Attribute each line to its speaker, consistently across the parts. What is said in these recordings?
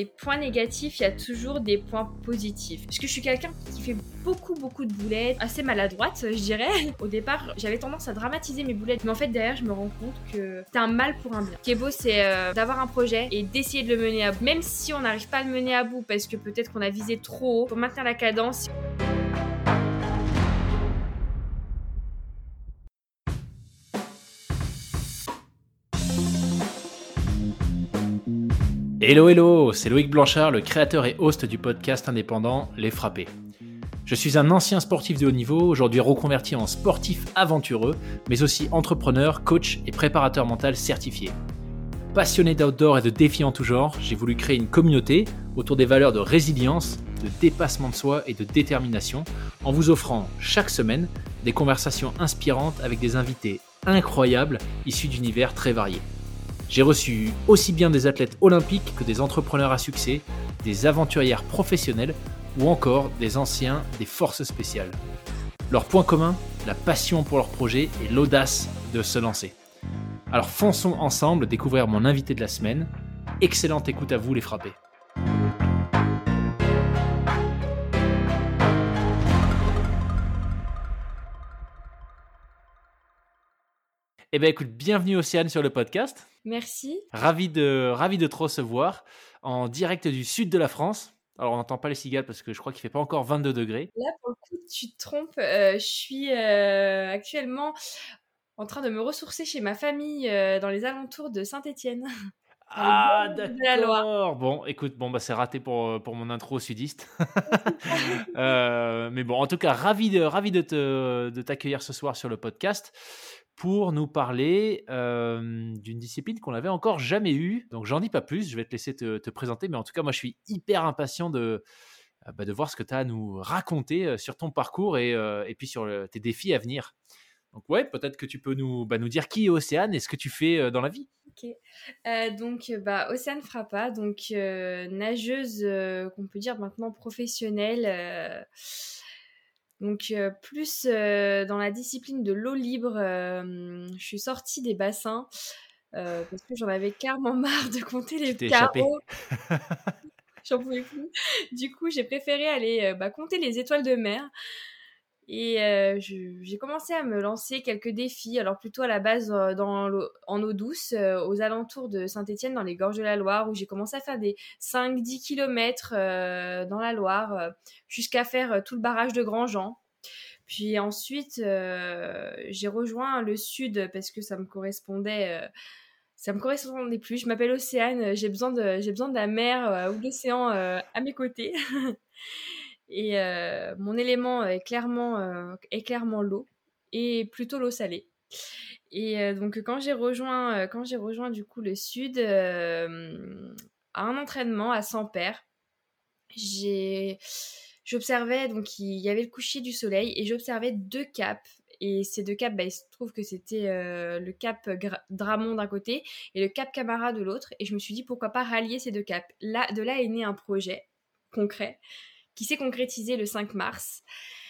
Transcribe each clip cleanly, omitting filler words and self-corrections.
Speaker 1: les points négatifs, il y a toujours des points positifs. Parce que je suis quelqu'un qui fait beaucoup de boulettes, assez maladroite, je dirais. Au départ, j'avais tendance à dramatiser mes boulettes, mais en fait, derrière, je me rends compte que c'est un mal pour un bien. Ce qui est beau, c'est d'avoir un projet et d'essayer de le mener à bout. Même si on n'arrive pas à le mener à bout, parce que peut-être qu'on a visé trop haut, pour maintenir la cadence.
Speaker 2: Hello, c'est Loïc Blanchard, le créateur et host du podcast indépendant Les Frappés. Je suis un ancien sportif de haut niveau, aujourd'hui reconverti en sportif aventureux, mais aussi entrepreneur, coach et préparateur mental certifié. Passionné d'outdoor et de défis en tout genre, j'ai voulu créer une communauté autour des valeurs de résilience, de dépassement de soi et de détermination, en vous offrant chaque semaine des conversations inspirantes avec des invités incroyables issus d'univers très variés. J'ai reçu aussi bien des athlètes olympiques que des entrepreneurs à succès, des aventurières professionnelles ou encore des anciens des forces spéciales. Leur point commun, la passion pour leur projet et l'audace de se lancer. Alors fonçons ensemble découvrir mon invité de la semaine. Excellente écoute à vous les frappés. Eh bien écoute, bienvenue Océane sur le podcast.
Speaker 1: Merci.
Speaker 2: Ravi de te recevoir en direct du sud de la France. Alors on n'entend pas les cigales parce que je crois qu'il ne fait pas encore 22 degrés.
Speaker 1: Là, pour le coup, tu te trompes. Je suis actuellement en train de me ressourcer chez ma famille dans les alentours de Saint-Étienne. Dans les
Speaker 2: Ah
Speaker 1: bords de la Loire.
Speaker 2: d'accord. Bon, écoute, c'est raté pour mon intro sudiste. Mais bon, en tout cas, ravi de t'accueillir ce soir sur le podcast pour nous parler d'une discipline qu'on n'avait encore jamais eue. Donc, j'en dis pas plus, je vais te laisser te présenter. Mais en tout cas, moi, je suis hyper impatient de voir ce que tu as à nous raconter sur ton parcours et puis sur tes défis à venir. Donc, ouais, peut-être que tu peux nous dire qui est Océane et ce que tu fais dans la vie.
Speaker 1: Ok. Océane Frappa, nageuse qu'on peut dire maintenant professionnelle. Plus dans la discipline de l'eau libre. Je suis sortie des bassins parce que j'en avais carrément marre de compter les
Speaker 2: Tu t'es échappé.
Speaker 1: carreaux. J'en pouvais plus. Du coup, j'ai préféré aller compter les étoiles de mer. Et j'ai commencé à me lancer quelques défis, alors plutôt à la base en eau douce, aux alentours de Saint-Étienne, dans les gorges de la Loire, où j'ai commencé à faire des 5-10 km dans la Loire, jusqu'à faire tout le barrage de Grandjean. Puis ensuite, j'ai rejoint le sud parce que ça me correspondait plus. Je m'appelle Océane, j'ai besoin de la mer ou de l'océan à mes côtés. Et mon élément est clairement l'eau, et plutôt l'eau salée. Et quand j'ai rejoint du coup le sud, à un entraînement à Sampère, j'observais, donc il y avait le coucher du soleil et j'observais deux caps. Et ces deux caps, il se trouve que c'était le cap Dramont d'un côté et le cap Camara de l'autre. Et je me suis dit, pourquoi pas rallier ces deux caps. De là est né un projet concret qui s'est concrétisé le 5 mars.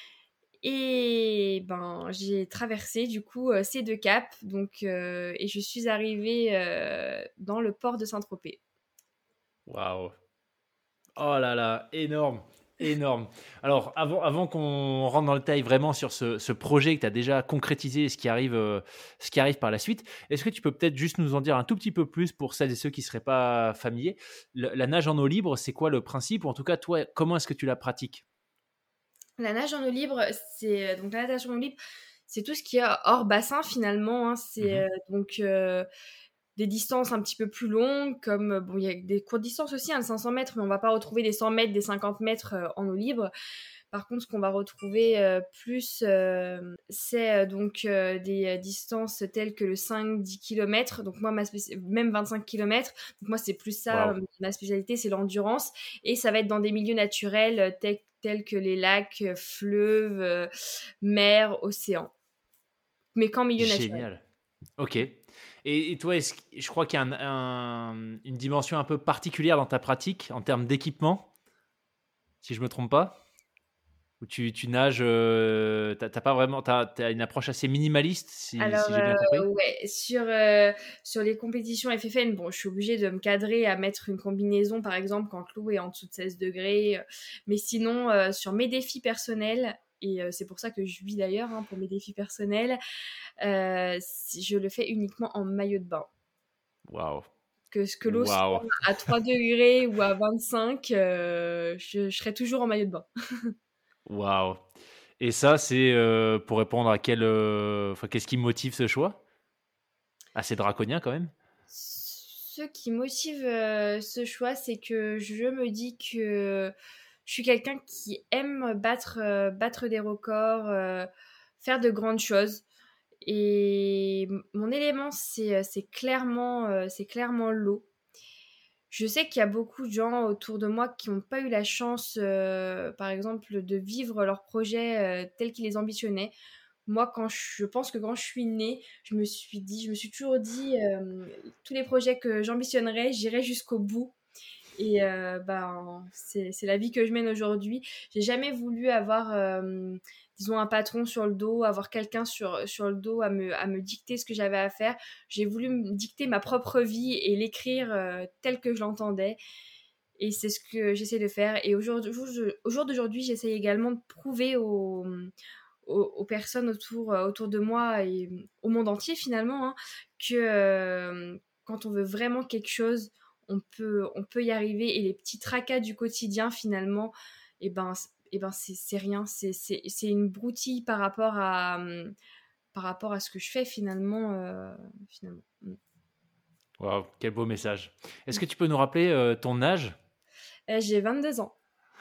Speaker 1: Et j'ai traversé du coup ces deux caps, et je suis arrivée dans le port de Saint-Tropez.
Speaker 2: Waouh! Oh là là, énorme! Alors, avant qu'on rentre dans le détail vraiment sur ce projet que tu as déjà concrétisé et ce qui arrive par la suite, est-ce que tu peux peut-être juste nous en dire un tout petit peu plus pour celles et ceux qui ne seraient pas familiers? La nage en eau libre, c'est quoi le principe? Ou en tout cas, toi, comment est-ce que tu la pratiques?
Speaker 1: La nage en eau libre, la natation en eau libre, c'est tout ce qui est hors bassin finalement, hein. C'est des distances un petit peu plus longues, comme il y a des courtes distances aussi, 500 mètres, mais on va pas retrouver des 100 mètres, des 50 mètres en eau libre. Par contre, ce qu'on va retrouver c'est des distances telles que le 5-10 km. Donc moi, même 25 km. Donc moi, c'est plus ça.
Speaker 2: Wow.
Speaker 1: Ma spécialité, c'est l'endurance. Et ça va être dans des milieux naturels tels que les lacs, fleuves, mers, océans. Mais qu'en milieu naturel.
Speaker 2: Génial. Ok. Et toi, je crois qu'il y a une dimension un peu particulière dans ta pratique en termes d'équipement, si je ne me trompe pas? Où tu nages, t'as pas vraiment, t'as une approche assez minimaliste,
Speaker 1: Alors,
Speaker 2: si j'ai bien compris?
Speaker 1: ouais, sur les compétitions FFN, bon, je suis obligée de me cadrer à mettre une combinaison, par exemple, quand l'eau est en dessous de 16 degrés. Mais sinon, sur mes défis personnels, et c'est pour ça que je vis d'ailleurs, hein, pour mes défis personnels, je le fais uniquement en maillot de bain.
Speaker 2: Waouh!
Speaker 1: Que l'eau soit
Speaker 2: Waouh!
Speaker 1: à 3 degrés ou à 25, je serai toujours en maillot de bain.
Speaker 2: Waouh! Et ça, c'est, pour répondre à enfin, qu'est-ce qui motive ce choix? Assez draconien quand même?
Speaker 1: Ce qui motive ce choix, c'est que je me dis que je suis quelqu'un qui aime battre des records, faire de grandes choses. Et mon élément, c'est clairement l'eau. Je sais qu'il y a beaucoup de gens autour de moi qui n'ont pas eu la chance, par exemple, de vivre leurs projets tels qu'ils les ambitionnaient. Moi, je pense que quand je suis née, je me suis toujours dit, tous les projets que j'ambitionnerais, j'irai jusqu'au bout. Et ben, c'est la vie que je mène aujourd'hui. J'ai jamais voulu avoir, disons, un patron sur le dos, avoir quelqu'un sur le dos à me dicter ce que j'avais à faire. J'ai voulu me dicter ma propre vie et l'écrire tel que je l'entendais. Et c'est ce que j'essaie de faire. Et au jour d'aujourd'hui, j'essaie également de prouver aux personnes autour de moi et au monde entier finalement, hein, que quand on veut vraiment quelque chose, on peut y arriver. Et les petits tracas du quotidien finalement, et ben c'est rien, c'est une broutille par rapport à ce que je fais finalement. Finalement.
Speaker 2: Waouh, quel beau message. Est-ce que tu peux nous rappeler, ton âge?
Speaker 1: J'ai 22 ans.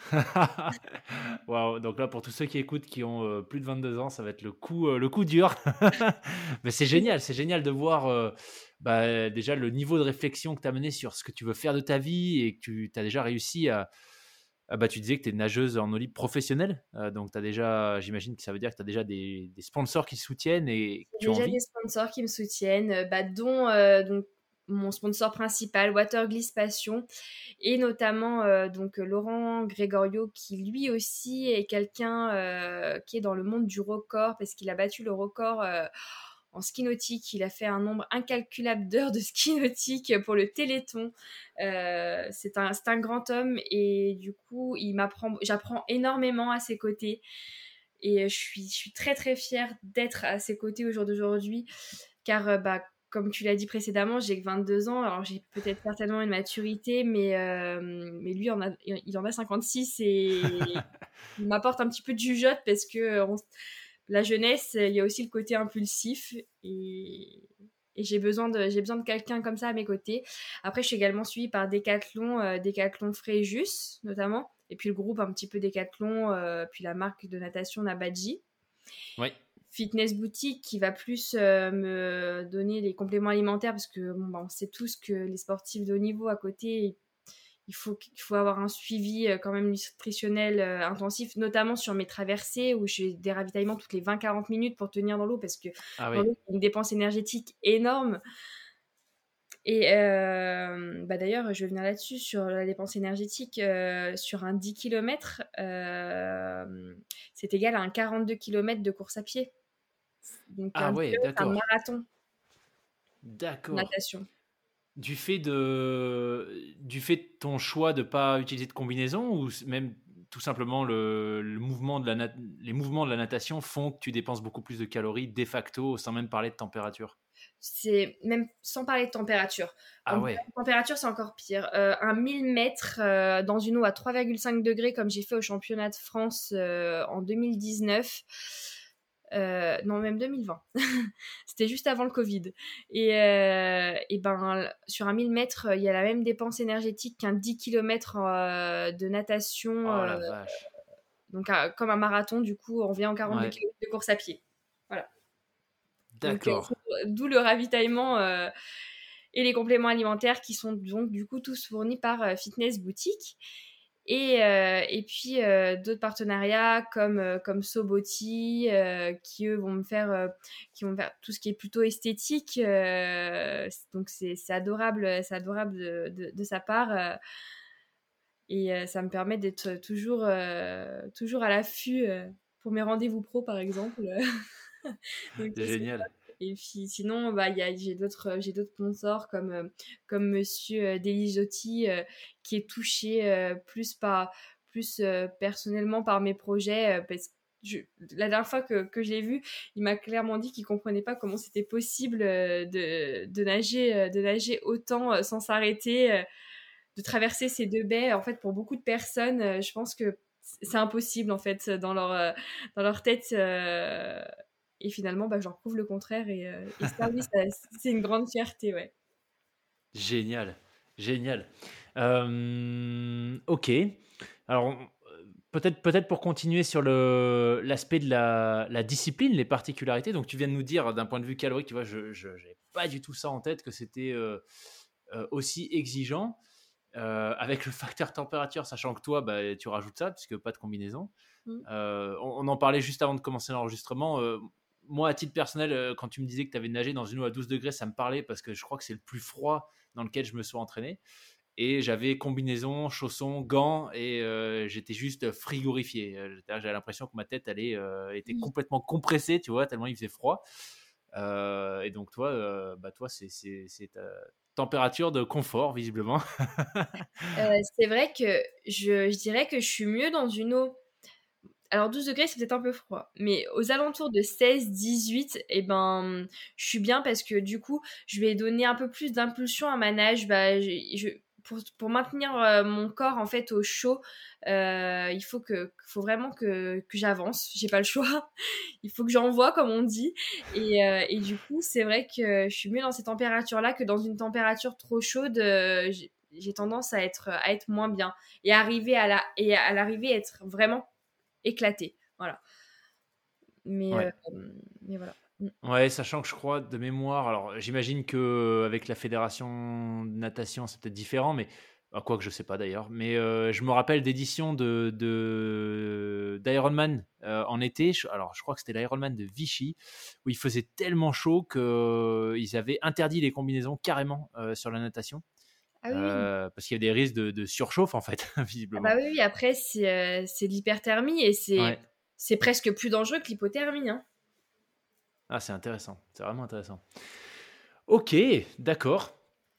Speaker 2: Waouh, donc là, pour tous ceux qui écoutent, qui ont, plus de 22 ans, ça va être le coup dur. Mais c'est génial de voir, bah, déjà le niveau de réflexion que tu as mené sur ce que tu veux faire de ta vie et que tu as déjà réussi bah, tu disais que tu es nageuse en eau libre professionnelle, donc tu as déjà, j'imagine que ça veut dire que tu as déjà des sponsors qui te soutiennent et que
Speaker 1: J'ai
Speaker 2: tu en
Speaker 1: déjà des
Speaker 2: vis?
Speaker 1: sponsors qui me soutiennent, dont donc mon sponsor principal, Watergliss Passion, et notamment donc Laurent Gregorio, qui lui aussi est quelqu'un qui est dans le monde du record parce qu'il a battu le record en ski nautique. Il a fait un nombre incalculable d'heures de ski nautique pour le Téléthon. C'est un grand homme et du coup, j'apprends énormément à ses côtés. Et je suis très très fière d'être à ses côtés au jour d'aujourd'hui, car comme tu l'as dit précédemment, j'ai que 22 ans, alors j'ai peut-être certainement une maturité, mais lui, il en a 56 et il m'apporte un petit peu de jugeote parce que la jeunesse, il y a aussi le côté impulsif et j'ai besoin de quelqu'un comme ça à mes côtés. Après, je suis également suivie par Decathlon, Decathlon Fréjus notamment, et puis le groupe un petit peu Decathlon, puis la marque de natation Nabadji.
Speaker 2: Oui.
Speaker 1: Fitness Boutique qui va plus me donner les compléments alimentaires parce que bon, on sait tous que les sportifs de haut niveau à côté, il faut avoir un suivi quand même nutritionnel intensif, notamment sur mes traversées où j'ai des ravitaillements toutes les 20-40 minutes pour tenir dans l'eau parce que
Speaker 2: Ah
Speaker 1: dans
Speaker 2: oui.
Speaker 1: l'eau, il y a une dépense énergétique énorme. Et d'ailleurs, je vais venir là-dessus sur la dépense énergétique. Sur un 10 km, c'est égal à un 42 km de course à pied. Donc
Speaker 2: Ah
Speaker 1: un
Speaker 2: ouais,
Speaker 1: kilomètre, c'est un
Speaker 2: d'accord.
Speaker 1: marathon de
Speaker 2: D'accord.
Speaker 1: natation.
Speaker 2: Du fait de ton choix de pas utiliser de combinaison ou même tout simplement le mouvement les mouvements de la natation font que tu dépenses beaucoup plus de calories de facto sans même parler de température?
Speaker 1: C'est même sans parler de température.
Speaker 2: Ah ouais.
Speaker 1: En température, c'est encore pire. Un 1000 mètres dans une eau à 3,5 degrés, comme j'ai fait au championnat de France en 2019. Non, même 2020. C'était juste avant le Covid. Et ben, sur un 1000 mètres, il y a la même dépense énergétique qu'un 10 km de natation.
Speaker 2: Oh la vache.
Speaker 1: Donc, comme un marathon, du coup, on revient en 42
Speaker 2: Ouais,
Speaker 1: km de course à pied. Voilà. Donc,
Speaker 2: d'accord.
Speaker 1: d'où le ravitaillement et les compléments alimentaires qui sont donc du coup tous fournis par Fitness Boutique. Et puis d'autres partenariats comme Soboti qui eux qui vont me faire tout ce qui est plutôt esthétique. Donc c'est adorable de sa part. Et ça me permet d'être toujours à l'affût pour mes rendez-vous pro, par exemple. Donc ça, c'est
Speaker 2: Génial.
Speaker 1: et puis sinon, bah, j'ai d'autres sponsors comme Monsieur Delisotti, qui est touché plus personnellement par mes projets, parce que la dernière fois que je l'ai vu, il m'a clairement dit qu'il comprenait pas comment c'était possible de nager autant sans s'arrêter, de traverser ces deux baies. En fait, pour beaucoup de personnes, je pense que c'est impossible en fait dans leur tête. Et finalement, bah, je leur prouve le contraire. Et ça, oui, c'est une grande fierté, ouais.
Speaker 2: Génial, génial. Ok. Alors, peut-être pour continuer sur l'aspect de la discipline, les particularités. Donc, tu viens de nous dire d'un point de vue calorique, tu vois, je n'avais pas du tout ça en tête, que c'était aussi exigeant. Avec le facteur température, sachant que toi, bah, tu rajoutes ça, puisque pas de combinaison.
Speaker 1: Mm.
Speaker 2: On en parlait juste avant de commencer l'enregistrement. Moi, à titre personnel, quand tu me disais que tu avais nagé dans une eau à 12 degrés, ça me parlait parce que je crois que c'est le plus froid dans lequel je me sois entraîné. Et j'avais combinaison, chaussons, gants et j'étais juste frigorifié. J'avais l'impression que ma tête était complètement compressée, tu vois, tellement il faisait froid. Et donc toi, c'est ta température de confort, visiblement.
Speaker 1: C'est vrai que je dirais que je suis mieux dans une eau. Alors 12 degrés, c'est peut-être un peu froid, mais aux alentours de 16-18, eh ben, je suis bien parce que du coup, je vais donner un peu plus d'impulsion à ma nage. Bah, pour maintenir mon corps en fait au chaud, il faut vraiment que j'avance. J'ai pas le choix. Il faut que j'envoie, comme on dit. Et du coup, c'est vrai que je suis mieux dans ces températures-là que dans une température trop chaude. J'ai tendance à être moins bien et à l'arrivée être vraiment éclaté. Voilà. Mais,
Speaker 2: Ouais.
Speaker 1: mais voilà. Mm.
Speaker 2: Ouais, sachant que je crois de mémoire, alors j'imagine que avec la fédération de natation, c'est peut-être différent, mais quoi que je sais pas d'ailleurs. Mais je me rappelle d'éditions d'Ironman en été. Alors je crois que c'était l'Ironman de Vichy où il faisait tellement chaud qu'ils avaient interdit les combinaisons carrément sur la natation
Speaker 1: Ah oui, oui.
Speaker 2: parce qu'il y a des risques de surchauffe en fait,
Speaker 1: Ah bah
Speaker 2: visiblement.
Speaker 1: oui, oui. Après, c'est de l'hyperthermie et c'est,
Speaker 2: Ouais.
Speaker 1: c'est presque plus dangereux que l'hypothermie, hein.
Speaker 2: Ah, c'est intéressant, c'est vraiment intéressant. Ok, d'accord.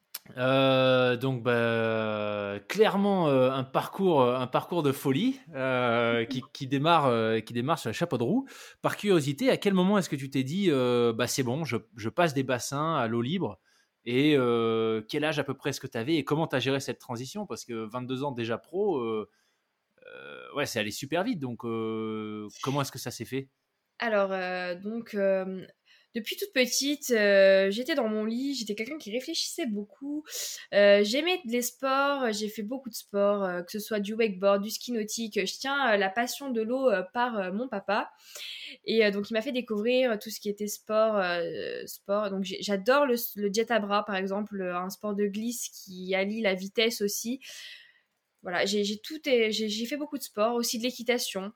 Speaker 2: Donc, bah, clairement, un parcours de folie qui démarre sur le chapeau de roue. Par curiosité, à quel moment est-ce que tu t'es dit, bah, c'est bon, je passe des bassins à l'eau libre et quel âge à peu près est-ce que tu avais et comment tu as géré cette transition? Parce que 22 ans déjà pro, ouais, c'est allé super vite. Donc, comment est-ce que ça s'est fait?
Speaker 1: Alors, donc, depuis toute petite, j'étais dans mon lit, j'étais quelqu'un qui réfléchissait beaucoup. J'aimais les sports, j'ai fait beaucoup de sports, que ce soit du wakeboard, du ski nautique. Je tiens la passion de l'eau par mon papa. Et donc, il m'a fait découvrir tout ce qui était sport. Donc, j'adore le jet à bras, par exemple, un sport de glisse qui allie la vitesse aussi. Voilà, j'ai fait beaucoup de sport, aussi de l'équitation.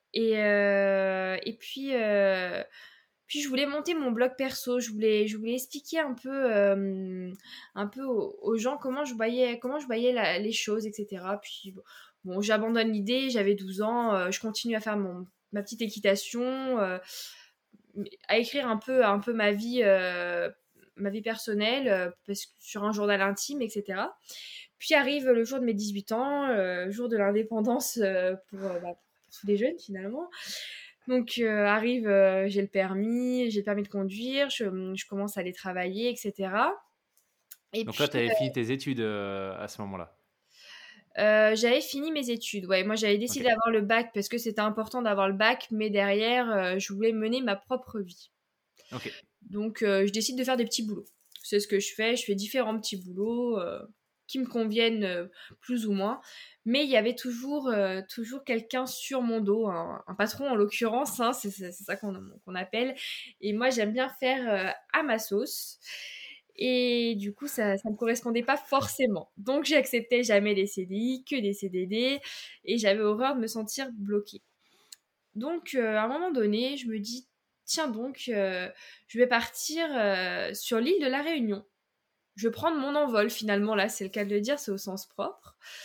Speaker 1: Et puis je voulais monter mon blog perso. Je voulais expliquer un peu aux gens comment je voyais les choses, etc. Puis bon, j'abandonne l'idée. J'avais 12 ans. Je continue à faire ma petite équitation, à écrire un peu ma vie personnelle, sur un journal intime, etc. Puis arrive le jour de mes 18 ans, jour de l'indépendance, pour tous les jeunes finalement. Donc arrive, j'ai le permis de conduire, je commence à aller travailler, etc. Et
Speaker 2: Donc là,
Speaker 1: puis
Speaker 2: tu avais fini tes études à ce moment-là.
Speaker 1: j'avais fini mes études. Ouais, moi j'avais
Speaker 2: Ok.
Speaker 1: décidé d'avoir le bac parce que c'était important d'avoir le bac, mais derrière, je voulais mener ma propre vie.
Speaker 2: Ok.
Speaker 1: Donc je décide de faire des petits boulots. C'est ce que je fais différents petits boulots qui me conviennent plus ou moins. Mais il y avait toujours quelqu'un sur mon dos, un patron en l'occurrence, hein, c'est ça qu'on appelle. Et moi j'aime bien faire à ma sauce. Et du coup, ça ne me correspondait pas forcément. Donc j'ai accepté jamais les CDI, que des CDD. Et j'avais horreur de me sentir bloquée. Donc, à un moment donné, je me dis, tiens donc, je vais partir sur l'île de la Réunion. Je vais prendre mon envol finalement, là, c'est le cas de le dire, c'est au sens propre.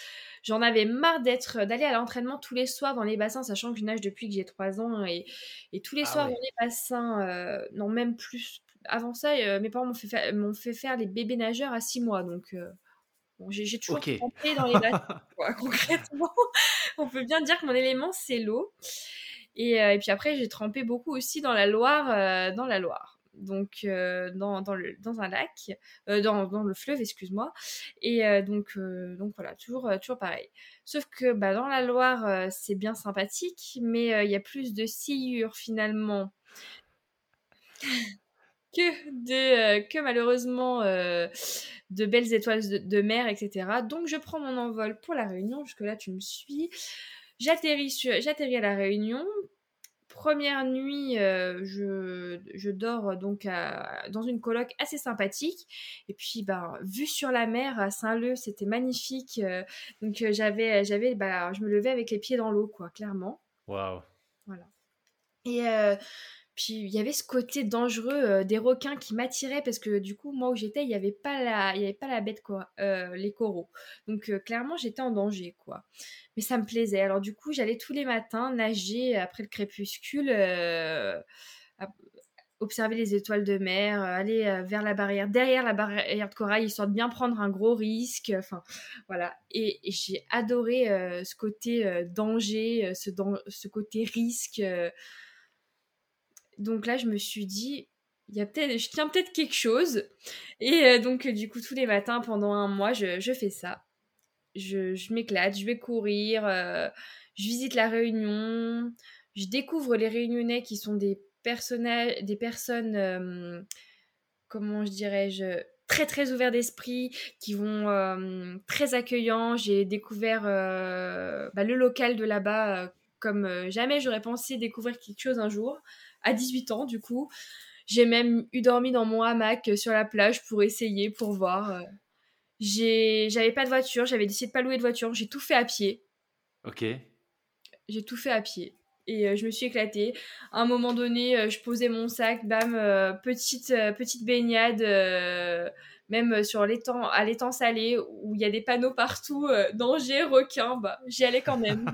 Speaker 1: J'en avais marre d'aller à l'entraînement tous les soirs dans les bassins, sachant que je nage depuis que j'ai 3 ans et tous les
Speaker 2: Ah
Speaker 1: soirs dans
Speaker 2: ouais.
Speaker 1: les bassins, non même plus. Avant ça, mes parents m'ont fait faire les bébés nageurs à 6 mois, donc bon, j'ai toujours
Speaker 2: Ok.
Speaker 1: trempé dans les bassins, quoi, concrètement. On peut bien dire que mon élément, c'est l'eau. Et puis après, j'ai trempé beaucoup aussi dans la Loire, donc dans un lac, dans le fleuve, excuse-moi. Donc voilà, toujours pareil. Sauf que bah, dans la Loire, c'est bien sympathique, mais il y a plus de sciures finalement que malheureusement de belles étoiles de mer, etc. Donc je prends mon envol pour la Réunion. Jusque-là, tu me suis. J'atterris à la Réunion. Première nuit, je dors donc dans une coloc assez sympathique. Et puis, ben, vue sur la mer à Saint-Leu, c'était magnifique. Donc, je me levais avec les pieds dans l'eau, quoi, clairement.
Speaker 2: Waouh.
Speaker 1: Voilà. Et puis il y avait ce côté dangereux des requins qui m'attiraient parce que du coup moi où j'étais il y avait pas la bête quoi, les coraux. Donc clairement j'étais en danger quoi. Mais ça me plaisait. Alors du coup j'allais tous les matins nager après le crépuscule, à- observer les étoiles de mer, aller vers la barrière, derrière la barrière de corail histoire de bien prendre un gros risque. Enfin voilà. Et j'ai adoré ce côté danger, ce côté risque. Donc là, je me suis dit, je tiens peut-être quelque chose. Et donc, du coup, tous les matins, pendant un mois, je fais ça. Je m'éclate, je vais courir, je visite la Réunion, je découvre les Réunionnais qui sont des personnes, comment je dirais-je, très très ouverts d'esprit, qui vont très accueillants. J'ai découvert le local de là-bas comme jamais j'aurais pensé découvrir quelque chose un jour, à 18 ans du coup. J'ai même eu dormi dans mon hamac sur la plage pour essayer, pour voir. J'avais pas de voiture, j'avais décidé de pas louer de voiture, j'ai tout fait à pied.
Speaker 2: Ok.
Speaker 1: J'ai tout fait à pied. Et je me suis éclatée. À un moment donné, je posais mon sac, bam, petite baignade, même sur à l'étang salé, où il y a des panneaux partout, danger, requin, bah, j'y allais quand même.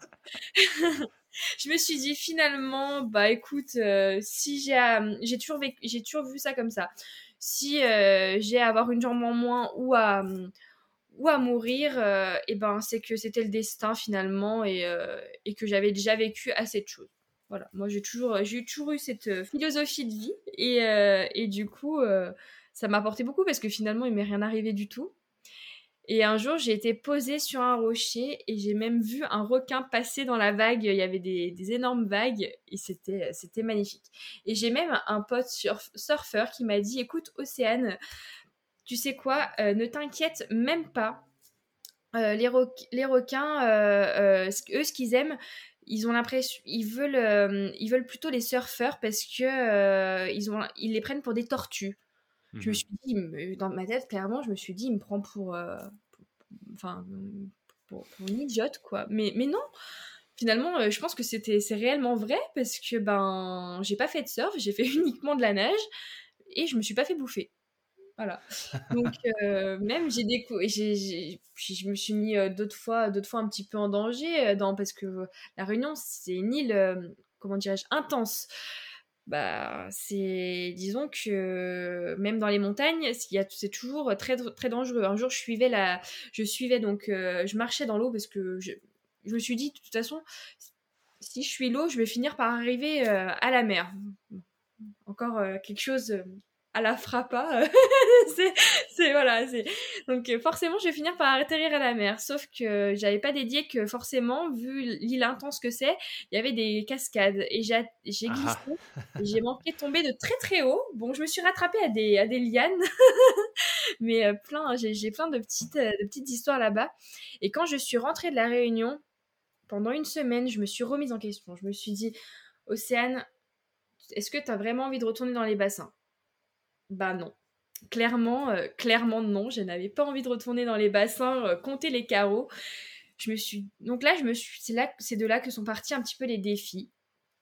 Speaker 1: Je me suis dit finalement, bah écoute, si j'ai toujours vu ça comme ça. Si j'ai à avoir une jambe en moins ou à mourir, et ben c'est que c'était le destin finalement et que j'avais déjà vécu assez de choses. Voilà, moi j'ai toujours eu cette philosophie de vie et du coup ça m'a apporté beaucoup parce que finalement il m'est rien arrivé du tout. Et un jour, j'ai été posée sur un rocher et j'ai même vu un requin passer dans la vague. Il y avait des énormes vagues et c'était magnifique. Et j'ai même un pote surfeur qui m'a dit, écoute, Océane, tu sais quoi, ne t'inquiète même pas. Les requins, eux, ce qu'ils aiment, ils ont l'impression, ils veulent plutôt les surfeurs parce que ils les prennent pour des tortues. Je me
Speaker 2: Mhm.
Speaker 1: suis dit, dans ma tête, clairement, je me suis dit, il me prend enfin, pour une idiote, quoi. Mais non, finalement, je pense que c'est réellement vrai parce que ben, j'ai pas fait de surf, j'ai fait uniquement de la nage et je me suis pas fait bouffer. Voilà. Donc, même je me suis mis d'autres fois un petit peu en danger parce que La Réunion, c'est une île, comment dirais-je, intense. Bah, disons que même dans les montagnes, c'est toujours très, très dangereux. Un jour, je marchais dans l'eau parce que je me suis dit, de toute façon, si je suis l'eau, je vais finir par arriver à la mer. Encore quelque chose à la frappa. c'est, voilà. Donc forcément, je vais finir par atterrir à la mer. Sauf que j'avais pas dédié que forcément, vu l'île intense que c'est, il y avait des cascades. Et j'ai glissé.
Speaker 2: Ah.
Speaker 1: Et j'ai manqué de tomber de très très haut. Bon, je me suis rattrapée à des lianes. Mais j'ai plein de petites histoires là-bas. Et quand je suis rentrée de la Réunion, pendant une semaine, je me suis remise en question. Je me suis dit, Océane, est-ce que tu as vraiment envie de retourner dans les bassins? Bah non. Clairement non, je n'avais pas envie de retourner dans les bassins, compter les carreaux. Donc là, c'est de là que sont partis un petit peu les défis.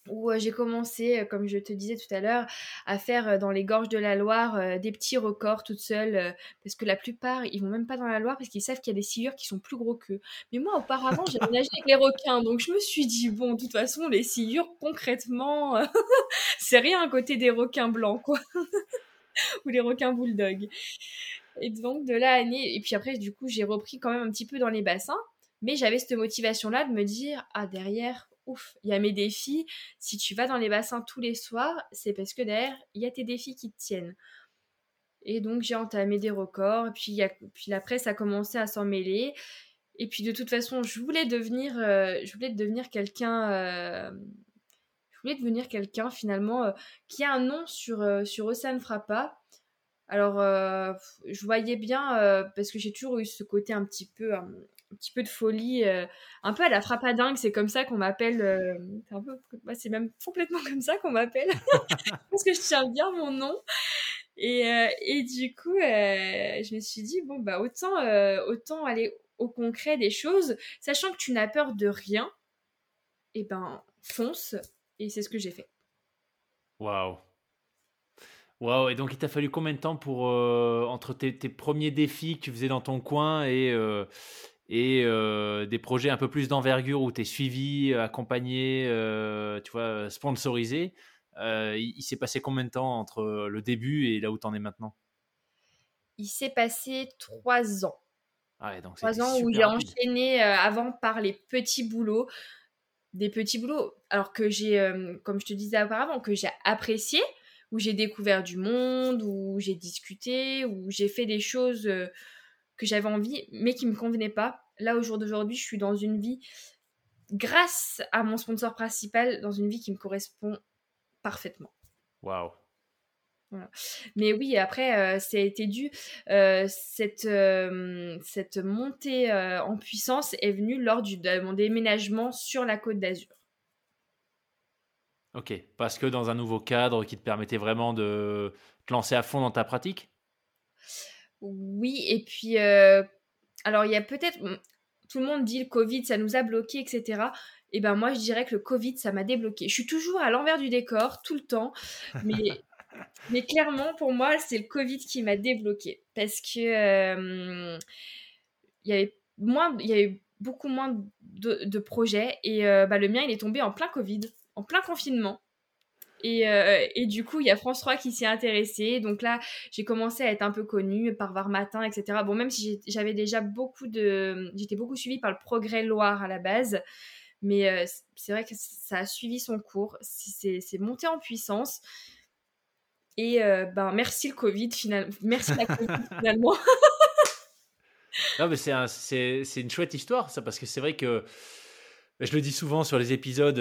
Speaker 1: où j'ai commencé, comme je te disais tout à l'heure, à faire dans les gorges de la Loire des petits records toute seule, parce que la plupart, ils vont même pas dans la Loire parce qu'ils savent qu'il y a des sciures qui sont plus gros qu'eux. Mais moi, auparavant, j'avais nagé avec les requins, donc je me suis dit, bon, de toute façon, les sciures, concrètement, c'est rien à côté des requins blancs, quoi, ou les requins bulldogs. Et donc, de là à année, et puis après, du coup, j'ai repris quand même un petit peu dans les bassins, mais j'avais cette motivation-là de me dire, ah, derrière, ouf, il y a mes défis. Si tu vas dans les bassins tous les soirs, c'est parce que derrière, il y a tes défis qui te tiennent. Et donc, j'ai entamé des records, puis la presse a commencé à s'en mêler. Et puis, de toute façon, je voulais devenir quelqu'un. Je voulais devenir quelqu'un finalement qui a un nom sur Océane Frappa. Alors, je voyais bien, parce que j'ai toujours eu ce côté un petit peu de folie, un peu à la frappadingue, c'est comme ça qu'on m'appelle. C'est même complètement comme ça qu'on m'appelle, parce que je tiens bien mon nom. Et du coup, je me suis dit, bon, bah, autant aller au concret des choses, sachant que tu n'as peur de rien, et ben, fonce. Et c'est ce que j'ai fait.
Speaker 2: Waouh. Waouh, et donc il t'a fallu combien de temps pour entre tes premiers défis que tu faisais dans ton coin et des projets un peu plus d'envergure où tu es suivi, accompagné, tu vois, sponsorisé. Il s'est passé combien de temps entre le début et là où tu en es maintenant?
Speaker 1: Il s'est passé 3 ans.
Speaker 2: Ah ouais, donc c'était
Speaker 1: 3 ans où
Speaker 2: super
Speaker 1: j'ai
Speaker 2: rapide.
Speaker 1: enchaîné avant par les petits boulots. Des petits boulots, alors que j'ai, comme je te disais auparavant, que j'ai apprécié, où j'ai découvert du monde, où j'ai discuté, où j'ai fait des choses que j'avais envie, mais qui ne me convenaient pas. Là, au jour d'aujourd'hui, je suis dans une vie, grâce à mon sponsor principal, dans une vie qui me correspond parfaitement.
Speaker 2: Waouh.
Speaker 1: Voilà. Mais oui, après, ça a été dû. Cette montée en puissance est venue lors de mon déménagement sur la Côte d'Azur.
Speaker 2: Ok, parce que dans un nouveau cadre qui te permettait vraiment de te lancer à fond dans ta pratique?
Speaker 1: Oui, et puis, alors il y a peut-être, tout le monde dit le Covid, ça nous a bloqués, etc. Et ben moi, je dirais que le Covid, ça m'a débloqué. Je suis toujours à l'envers du décor, tout le temps, mais, mais clairement, pour moi, c'est le Covid qui m'a débloqué. Parce que il y avait beaucoup moins de projets, et bah, le mien, il est tombé en plein Covid, en plein confinement. Et du coup, il y a France 3 qui s'y est intéressé. Donc là, j'ai commencé à être un peu connue par Var Matin, etc. Bon, même si j'avais déjà j'étais beaucoup suivie par le Progrès Loire à la base. Mais c'est vrai que ça a suivi son cours. C'est monté en puissance. Et ben, merci le Covid, finalement. Merci la Covid, finalement.
Speaker 2: Non, mais c'est une chouette histoire, ça, parce que c'est vrai que je le dis souvent sur les épisodes,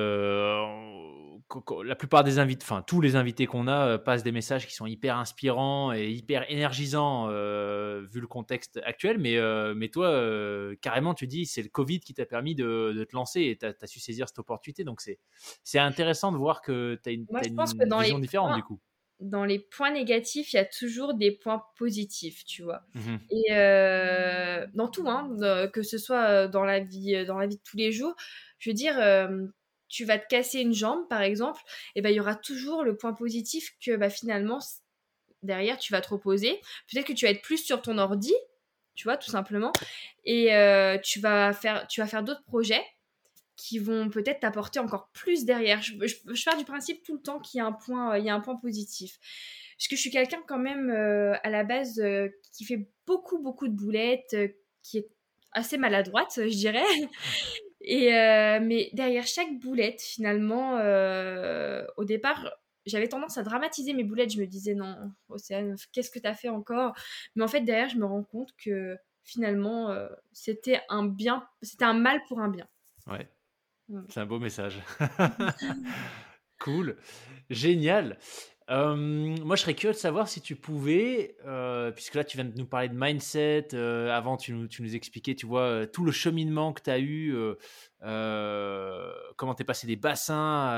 Speaker 2: la plupart des invités, enfin tous les invités qu'on a passent des messages qui sont hyper inspirants et hyper énergisants vu le contexte actuel. Mais toi, carrément, tu dis c'est le Covid qui t'a permis de te lancer et tu as su saisir cette opportunité. Donc c'est intéressant de voir que tu
Speaker 1: Moi,
Speaker 2: as
Speaker 1: je pense que
Speaker 2: une vision différente du coup.
Speaker 1: dans les points négatifs, il y a toujours des points positifs, tu vois.
Speaker 2: Mhm.
Speaker 1: Et dans tout, hein, que ce soit dans la vie de tous les jours, je veux dire, tu vas te casser une jambe, par exemple, et ben il y aura toujours le point positif que bah, finalement, derrière, tu vas te reposer. Peut-être que tu vas être plus sur ton ordi, tu vois, tout simplement, et tu vas faire d'autres projets qui vont peut-être t'apporter encore plus derrière. Je pars du principe tout le temps qu'il y a il y a un point positif. Parce que je suis quelqu'un quand même à la base qui fait beaucoup, beaucoup de boulettes, qui est assez maladroite, je dirais. Mais derrière chaque boulette, finalement, au départ, j'avais tendance à dramatiser mes boulettes. Je me disais, non, Océane, qu'est-ce que t'as fait encore? Mais en fait, derrière, je me rends compte que finalement, c'était un mal pour un bien.
Speaker 2: Ouais,
Speaker 1: Voilà.
Speaker 2: c'est un beau message. Cool, génial. Moi, je serais curieux de savoir si tu pouvais, puisque là, tu viens de nous parler de mindset, avant, tu nous expliquais, tu vois, tout le cheminement que tu as eu, comment tu es passé des bassins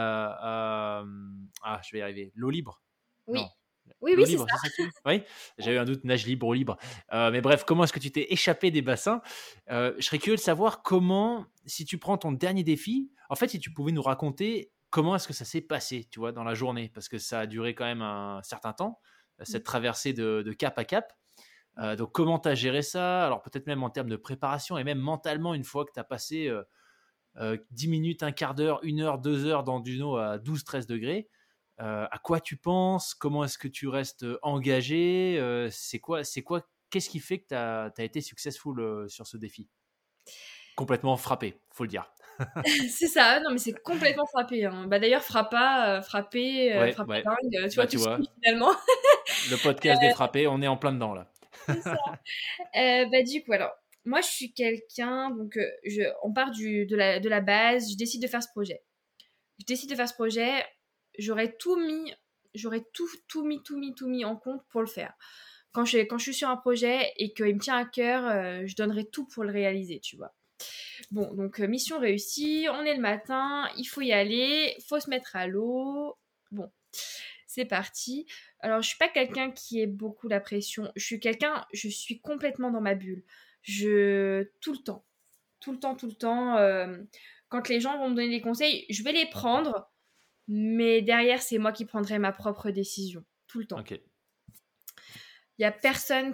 Speaker 2: ah, je vais y arriver, l'eau libre?
Speaker 1: Oui,
Speaker 2: Non,
Speaker 1: oui, oui,
Speaker 2: l'eau
Speaker 1: c'est
Speaker 2: libre,
Speaker 1: ça.
Speaker 2: c'est ça que tu dis? Oui? J'ai eu un doute, nage libre, eau libre. Mais bref, comment est-ce que tu t'es échappé des bassins? Je serais curieux de savoir comment, si tu prends ton dernier défi, en fait, si tu pouvais nous raconter comment est-ce que ça s'est passé, tu vois, dans la journée? Parce que ça a duré quand même un certain temps, cette traversée de cap à cap. Donc, comment tu as géré ça? Alors, peut-être même en termes de préparation et même mentalement, une fois que tu as passé 10 minutes, un quart d'heure, 1 heure, 2 heures dans du eau à 12-13 degrés, à quoi tu penses? Comment est-ce que tu restes engagé? Qu'est-ce qui fait que tu as été successful sur ce défi? Complètement frappé, faut le dire.
Speaker 1: C'est ça, non mais c'est complètement frappé, hein. Bah, d'ailleurs frappa, frappé,
Speaker 2: Ouais, ouais.
Speaker 1: frappadingue, tu vois
Speaker 2: Bah,
Speaker 1: tout
Speaker 2: tu
Speaker 1: ce qui
Speaker 2: vois,
Speaker 1: finalement.
Speaker 2: le podcast des frappés, on est en plein dedans là.
Speaker 1: C'est ça. Bah, du coup, alors, moi, je suis quelqu'un, donc, on part de la base, je décide de faire ce projet. Je décide de faire ce projet, j'aurais tout mis, j'aurais tout mis en compte pour le faire. Quand je suis sur un projet et qu'il me tient à cœur, je donnerai tout pour le réaliser, tu vois. Bon, donc, mission réussie, on est le matin, il faut y aller, faut se mettre à l'eau. Bon, c'est parti. Alors, je suis pas quelqu'un qui ait beaucoup la pression. Je suis complètement dans ma bulle. Tout le temps, tout le temps, tout le temps. Quand les gens vont me donner des conseils, je vais les prendre, mais derrière, c'est moi qui prendrai ma propre décision, tout le temps.
Speaker 2: Ok.
Speaker 1: Il y a personne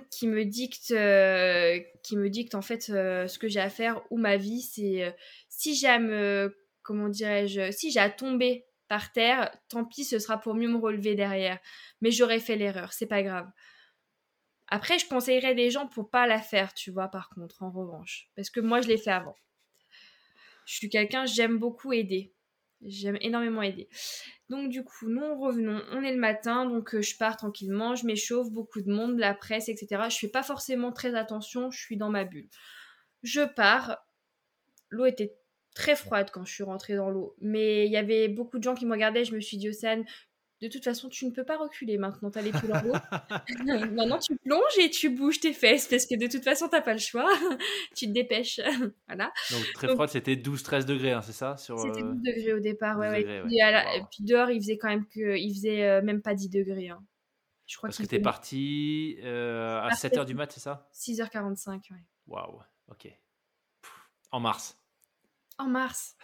Speaker 1: qui me dicte en fait ce que j'ai à faire ou ma vie. C'est si j'ai à me, comment dirais-je, si j'ai à tomber par terre, tant pis, ce sera pour mieux me relever derrière. Mais j'aurais fait l'erreur, c'est pas grave. Après, je conseillerais des gens pour pas la faire, tu vois, par contre, en revanche. Parce que moi, je l'ai fait avant. Je suis quelqu'un, j'aime beaucoup aider. J'aime énormément aider. Donc du coup, nous revenons, on est le matin, donc je pars tranquillement, je m'échauffe, beaucoup de monde, la presse, etc. Je fais pas forcément très attention, je suis dans ma bulle. Je pars, l'eau était très froide quand je suis rentrée dans l'eau, mais il y avait beaucoup de gens qui me regardaient, je me suis dit, Océane, de toute façon, tu ne peux pas reculer maintenant, t'as les pieds dans l'eau. Maintenant, tu plonges et tu bouges tes fesses, parce que de toute façon, t'as pas le choix. Tu te dépêches. Voilà.
Speaker 2: Donc, très
Speaker 1: Donc,
Speaker 2: froide, c'était 12-13 degrés, hein, c'est ça sur,
Speaker 1: c'était 12 degrés au départ, ouais,
Speaker 2: 12
Speaker 1: ouais.
Speaker 2: degrés, ouais.
Speaker 1: Puis,
Speaker 2: Waouh.
Speaker 1: puis dehors, il faisait quand même il faisait même pas 10 degrés, hein. Je crois
Speaker 2: Parce que
Speaker 1: qu'il
Speaker 2: tu es
Speaker 1: faisait
Speaker 2: parti à 7 heures du mat, c'est ça?
Speaker 1: 6h45, ouais.
Speaker 2: Waouh, ok. En mars.
Speaker 1: En mars,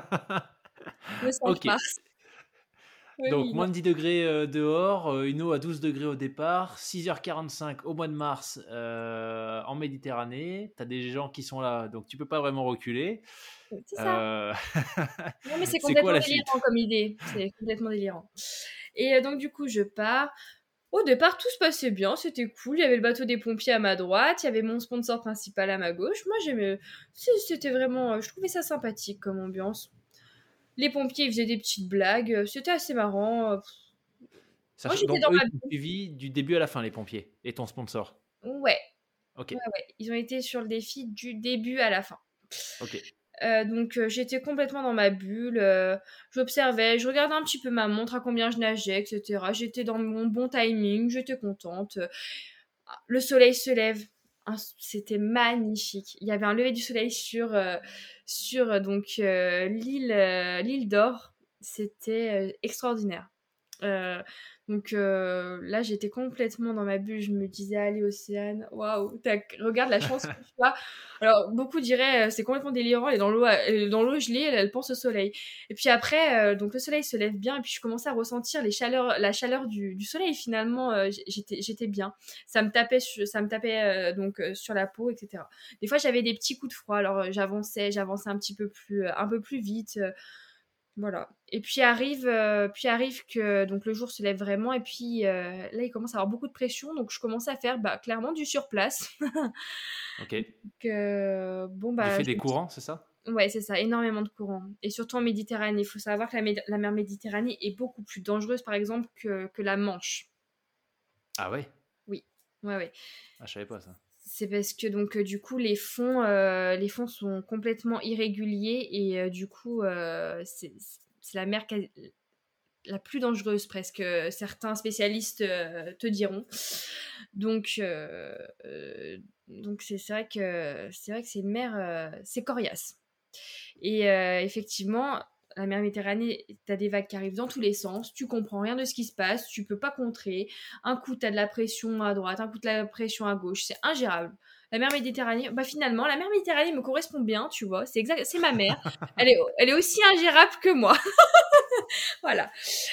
Speaker 1: le 5
Speaker 2: Ok.
Speaker 1: mars. Oui,
Speaker 2: Donc,
Speaker 1: oui, non.
Speaker 2: moins de 10 degrés dehors, une eau à 12 degrés au départ, 6h45 au mois de mars en Méditerranée. Tu as des gens qui sont là, donc tu peux pas vraiment reculer.
Speaker 1: C'est ça.
Speaker 2: Euh,
Speaker 1: Non, mais c'est
Speaker 2: c'est quoi
Speaker 1: complètement
Speaker 2: la suite?
Speaker 1: délirant comme idée. C'est complètement délirant. Et donc, du coup, je pars. Au départ, tout se passait bien, c'était cool. Il y avait le bateau des pompiers à ma droite, il y avait mon sponsor principal à ma gauche. Moi, j'aimais. C'était vraiment. Je trouvais ça sympathique comme ambiance. Les pompiers, ils faisaient des petites blagues. C'était assez marrant. Moi, j'étais
Speaker 2: Donc,
Speaker 1: dans
Speaker 2: eux,
Speaker 1: ma.
Speaker 2: ils t'ont suivi du début à la fin, les pompiers, et ton sponsor.
Speaker 1: Ouais,
Speaker 2: Ok,
Speaker 1: ouais, ouais. Ils ont été sur le défi du début à la fin.
Speaker 2: ok.
Speaker 1: Donc j'étais complètement dans ma bulle, j'observais, je regardais un petit peu ma montre, à combien je nageais, etc. J'étais dans mon bon timing, j'étais contente. Le soleil se lève, c'était magnifique. Il y avait un lever du soleil sur donc l'île d'Or. C'était extraordinaire. Euh, donc là, j'étais complètement dans ma bulle. Je me disais, allez, Océane, waouh, regarde la chance que tu as. Alors, beaucoup diraient, c'est complètement délirant, elle est dans l'eau gelée, elle pense au soleil. Et puis après, donc le soleil se lève bien, et puis je commençais à ressentir la chaleur du soleil. Finalement, j'étais bien. Ça me tapait donc sur la peau, etc. Des fois, j'avais des petits coups de froid, alors j'avançais un peu plus vite. Voilà. Et puis arrive que donc le jour se lève vraiment et puis là il commence à avoir beaucoup de pression donc je commençais à faire clairement du surplace.
Speaker 2: Ok.
Speaker 1: Donc, bon
Speaker 2: Du
Speaker 1: bah
Speaker 2: fait des courants, c'est ça?
Speaker 1: ouais c'est ça, énormément de courant et surtout en Méditerranée. Il faut savoir que la mer Méditerranée est beaucoup plus dangereuse par exemple que la Manche.
Speaker 2: Ah ouais?
Speaker 1: Oui, ouais ouais.
Speaker 2: Ah, je savais pas ça.
Speaker 1: C'est parce que donc du coup les fonds sont complètement irréguliers et du coup c'est la mer la plus dangereuse presque, certains spécialistes te diront. Donc, donc c'est vrai que c'est une mer, c'est coriace. Et effectivement, la mer Méditerranée, t'as des vagues qui arrivent dans tous les sens, tu comprends rien de ce qui se passe, tu peux pas contrer. Un coup, t'as de la pression à droite, un coup, t'as de la pression à gauche, c'est ingérable. La mer Méditerranée, bah finalement, la mer Méditerranée me correspond bien, tu vois, c'est exact, c'est ma mer. Elle est aussi ingérable que moi. Voilà.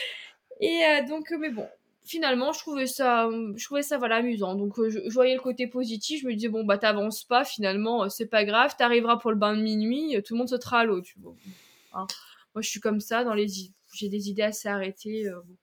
Speaker 1: Et donc, mais bon, finalement, je trouvais ça voilà, amusant. Donc, je voyais le côté positif. Je me disais, bon, bah, t'avances pas, finalement, c'est pas grave. T'arriveras pour le bain de minuit, tout le monde sautera à l'eau, tu vois. Hein. Moi, je suis comme ça, j'ai des idées assez arrêtées. Bon.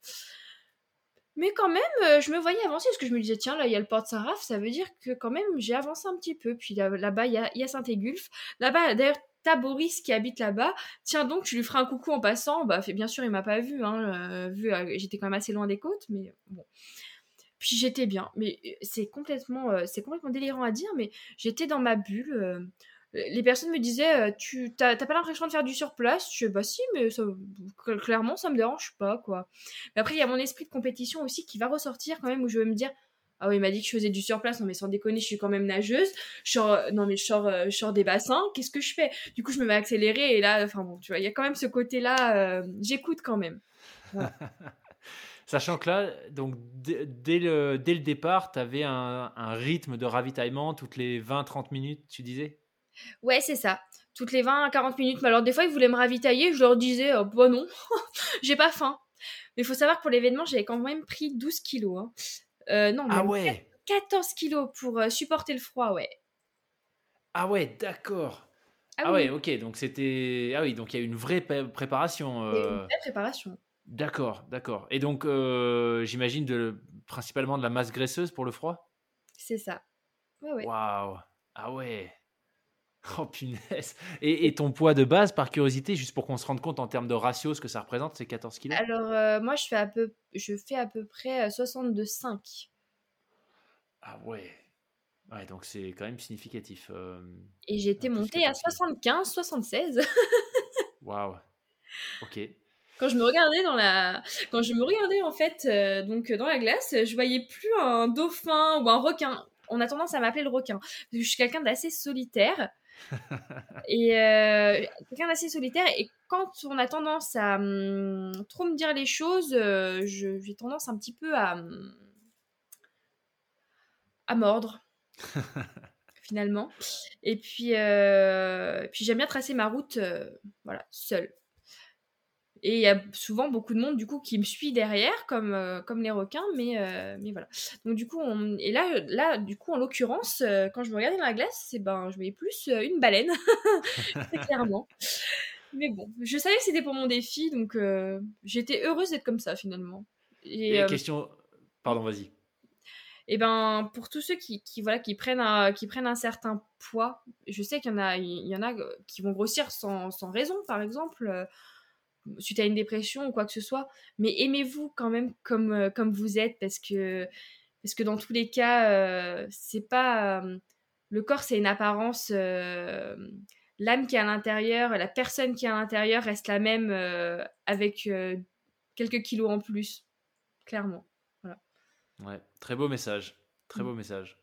Speaker 1: Mais quand même, je me voyais avancer parce que je me disais, tiens, là, il y a le port de Saint-Raph, ça veut dire que quand même, j'ai avancé un petit peu. Puis là-bas, il y a Saint-Égulphe. Là-bas, d'ailleurs, t'as Boris qui habite là-bas. Tiens donc, tu lui feras un coucou en passant. Bah, bien sûr, il m'a pas vu, hein, j'étais quand même assez loin des côtes, mais bon. Puis j'étais bien. Mais c'est complètement délirant à dire, mais j'étais dans ma bulle. Les personnes me disaient, t'as pas l'impression de faire du surplace? Je dis, bah si, mais clairement, ça me dérange pas, quoi. Mais après, il y a mon esprit de compétition aussi qui va ressortir quand même, où je vais me dire, ah oui, il m'a dit que je faisais du surplace, non mais sans déconner, je suis quand même nageuse. Non mais je sors des bassins, qu'est-ce que je fais? Du coup, je me mets à accélérer et là, enfin bon, tu vois, il y a quand même ce côté-là, j'écoute quand même. Voilà.
Speaker 2: Sachant que là, donc, dès le départ, tu avais un rythme de ravitaillement toutes les 20-30 minutes, tu disais?
Speaker 1: Ouais, c'est ça. Toutes les 20 à 40 minutes. Mais alors, des fois, ils voulaient me ravitailler. Je leur disais, bah non, j'ai pas faim. Mais il faut savoir que pour l'événement, j'avais quand même pris 12 kilos. Hein. Non,
Speaker 2: Ah
Speaker 1: même
Speaker 2: ouais!
Speaker 1: 14 kilos pour supporter le froid, ouais.
Speaker 2: Ah ouais, d'accord.
Speaker 1: Ah
Speaker 2: Ah
Speaker 1: oui,
Speaker 2: ouais,
Speaker 1: oui,
Speaker 2: ok. Donc c'était. Ah oui, donc il y a eu une vraie préparation.
Speaker 1: c'est une vraie préparation.
Speaker 2: D'accord, d'accord. Et donc, j'imagine principalement de la masse graisseuse pour le froid?
Speaker 1: C'est ça. Ouais, ouais.
Speaker 2: Waouh! Ah ouais! Oh punaise! Et ton poids de base, par curiosité, juste pour qu'on se rende compte en termes de ratio, ce que ça représente, c'est 14 kilos?
Speaker 1: Alors, moi, je fais à peu près 62,5.
Speaker 2: Ah ouais! Ouais, donc c'est quand même significatif.
Speaker 1: Et j'étais
Speaker 2: En plus
Speaker 1: montée à
Speaker 2: 14 kilos.
Speaker 1: 75, 76.
Speaker 2: Waouh! Ok.
Speaker 1: Quand je me regardais en fait donc dans la glace, je voyais plus un dauphin ou un requin. On a tendance à m'appeler le requin parce que je suis quelqu'un d'assez solitaire et quand on a tendance à trop me dire les choses, j'ai tendance un petit peu à mordre finalement. Et puis j'aime bien tracer ma route, voilà, seule. Et il y a souvent beaucoup de monde du coup qui me suit derrière, comme les requins, mais voilà. Donc du coup, et là, du coup, en l'occurrence, quand je me regardais dans la glace, je voyais plus une baleine, très clairement. Mais bon, je savais que c'était pour mon défi, donc j'étais heureuse d'être comme ça finalement. Et,
Speaker 2: Et question. Pardon, vas-y.
Speaker 1: et ben pour tous ceux qui prennent un certain poids, je sais qu'il y en a qui vont grossir sans raison, par exemple. Suite à une dépression ou quoi que ce soit, mais aimez-vous quand même comme vous êtes parce que dans tous les cas, c'est pas le corps, c'est une apparence. L'âme qui est à l'intérieur, la personne qui est à l'intérieur reste la même avec quelques kilos en plus, clairement. Voilà.
Speaker 2: Ouais, très beau message. Très
Speaker 1: Mm.
Speaker 2: beau message.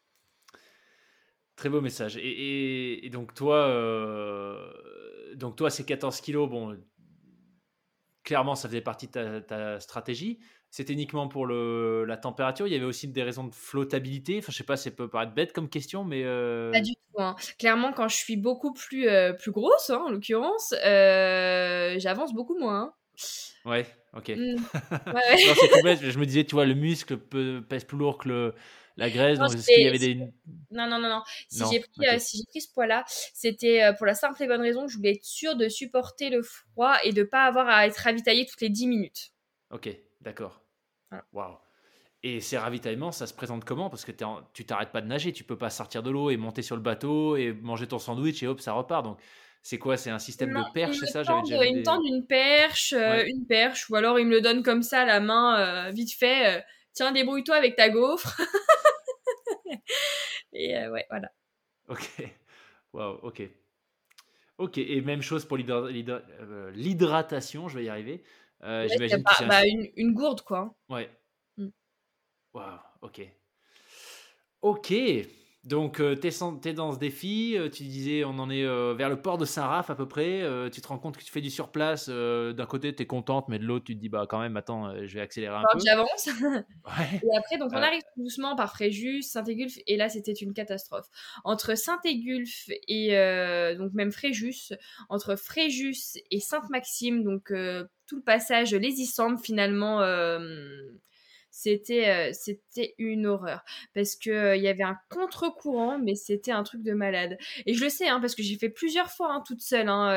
Speaker 2: Très beau message. Et donc toi, ces 14 kilos, bon, clairement, ça faisait partie de ta stratégie. C'était uniquement pour la température. Il y avait aussi des raisons de flottabilité. Enfin, je sais pas, ça peut paraître bête comme question, mais
Speaker 1: Pas du tout. Hein. Clairement, quand je suis beaucoup plus grosse, hein, en l'occurrence, j'avance beaucoup moins. Hein.
Speaker 2: ouais, ok.
Speaker 1: Mm. Ouais, ouais.
Speaker 2: Non, c'est tout bête. Je me disais, tu vois, le muscle pèse plus lourd que la graisse.
Speaker 1: Non,
Speaker 2: Donc, est-ce qu'il y avait des.
Speaker 1: non, non, non, non. Si
Speaker 2: Non,
Speaker 1: j'ai pris,
Speaker 2: ok.
Speaker 1: si j'ai pris ce poids-là, c'était pour la simple et bonne raison que je voulais être sûre de supporter le froid et de pas avoir à être ravitaillée toutes les 10 minutes.
Speaker 2: Ok, d'accord.
Speaker 1: Voilà.
Speaker 2: Waouh. Et ces ravitaillements, ça se présente comment? Parce que tu t'arrêtes pas de nager, tu peux pas sortir de l'eau et monter sur le bateau et manger ton sandwich et hop, ça repart. Donc, c'est quoi? C'est un système
Speaker 1: Non,
Speaker 2: de
Speaker 1: ils
Speaker 2: perche, c'est
Speaker 1: me
Speaker 2: ça? J'avais
Speaker 1: tendent,
Speaker 2: déjà vu
Speaker 1: ils me
Speaker 2: des.
Speaker 1: tendent
Speaker 2: Ouais,
Speaker 1: une perche, ou alors ils me le donnent comme ça à la main, vite fait. Tiens, débrouille-toi avec ta gaufre. Et ouais, voilà.
Speaker 2: ok. Waouh, ok. Ok, et même chose pour l'hydratation, je vais y arriver.
Speaker 1: Ouais,
Speaker 2: J'imagine que c'est un.
Speaker 1: une gourde, quoi.
Speaker 2: Ouais,
Speaker 1: Mm.
Speaker 2: waouh, ok. Ok, Donc, t'es dans ce défi, tu disais on en est vers le port de Saint-Raph à peu près, tu te rends compte que tu fais du surplace, d'un côté t'es contente, mais de l'autre tu te dis bah quand même attends, je vais accélérer un
Speaker 1: Alors
Speaker 2: peu.
Speaker 1: j'avance.
Speaker 2: Ouais.
Speaker 1: Et après, donc on
Speaker 2: Euh,
Speaker 1: arrive tout doucement par Fréjus, Saint-Égulphe, et là c'était une catastrophe. Entre Saint-Égulphe et donc même Fréjus, entre Fréjus et Sainte-Maxime, donc tout le passage les Issambres finalement, c'était une horreur parce que il y avait un contre-courant, mais c'était un truc de malade. Et je le sais, hein, parce que j'ai fait plusieurs fois hein, toute seule hein,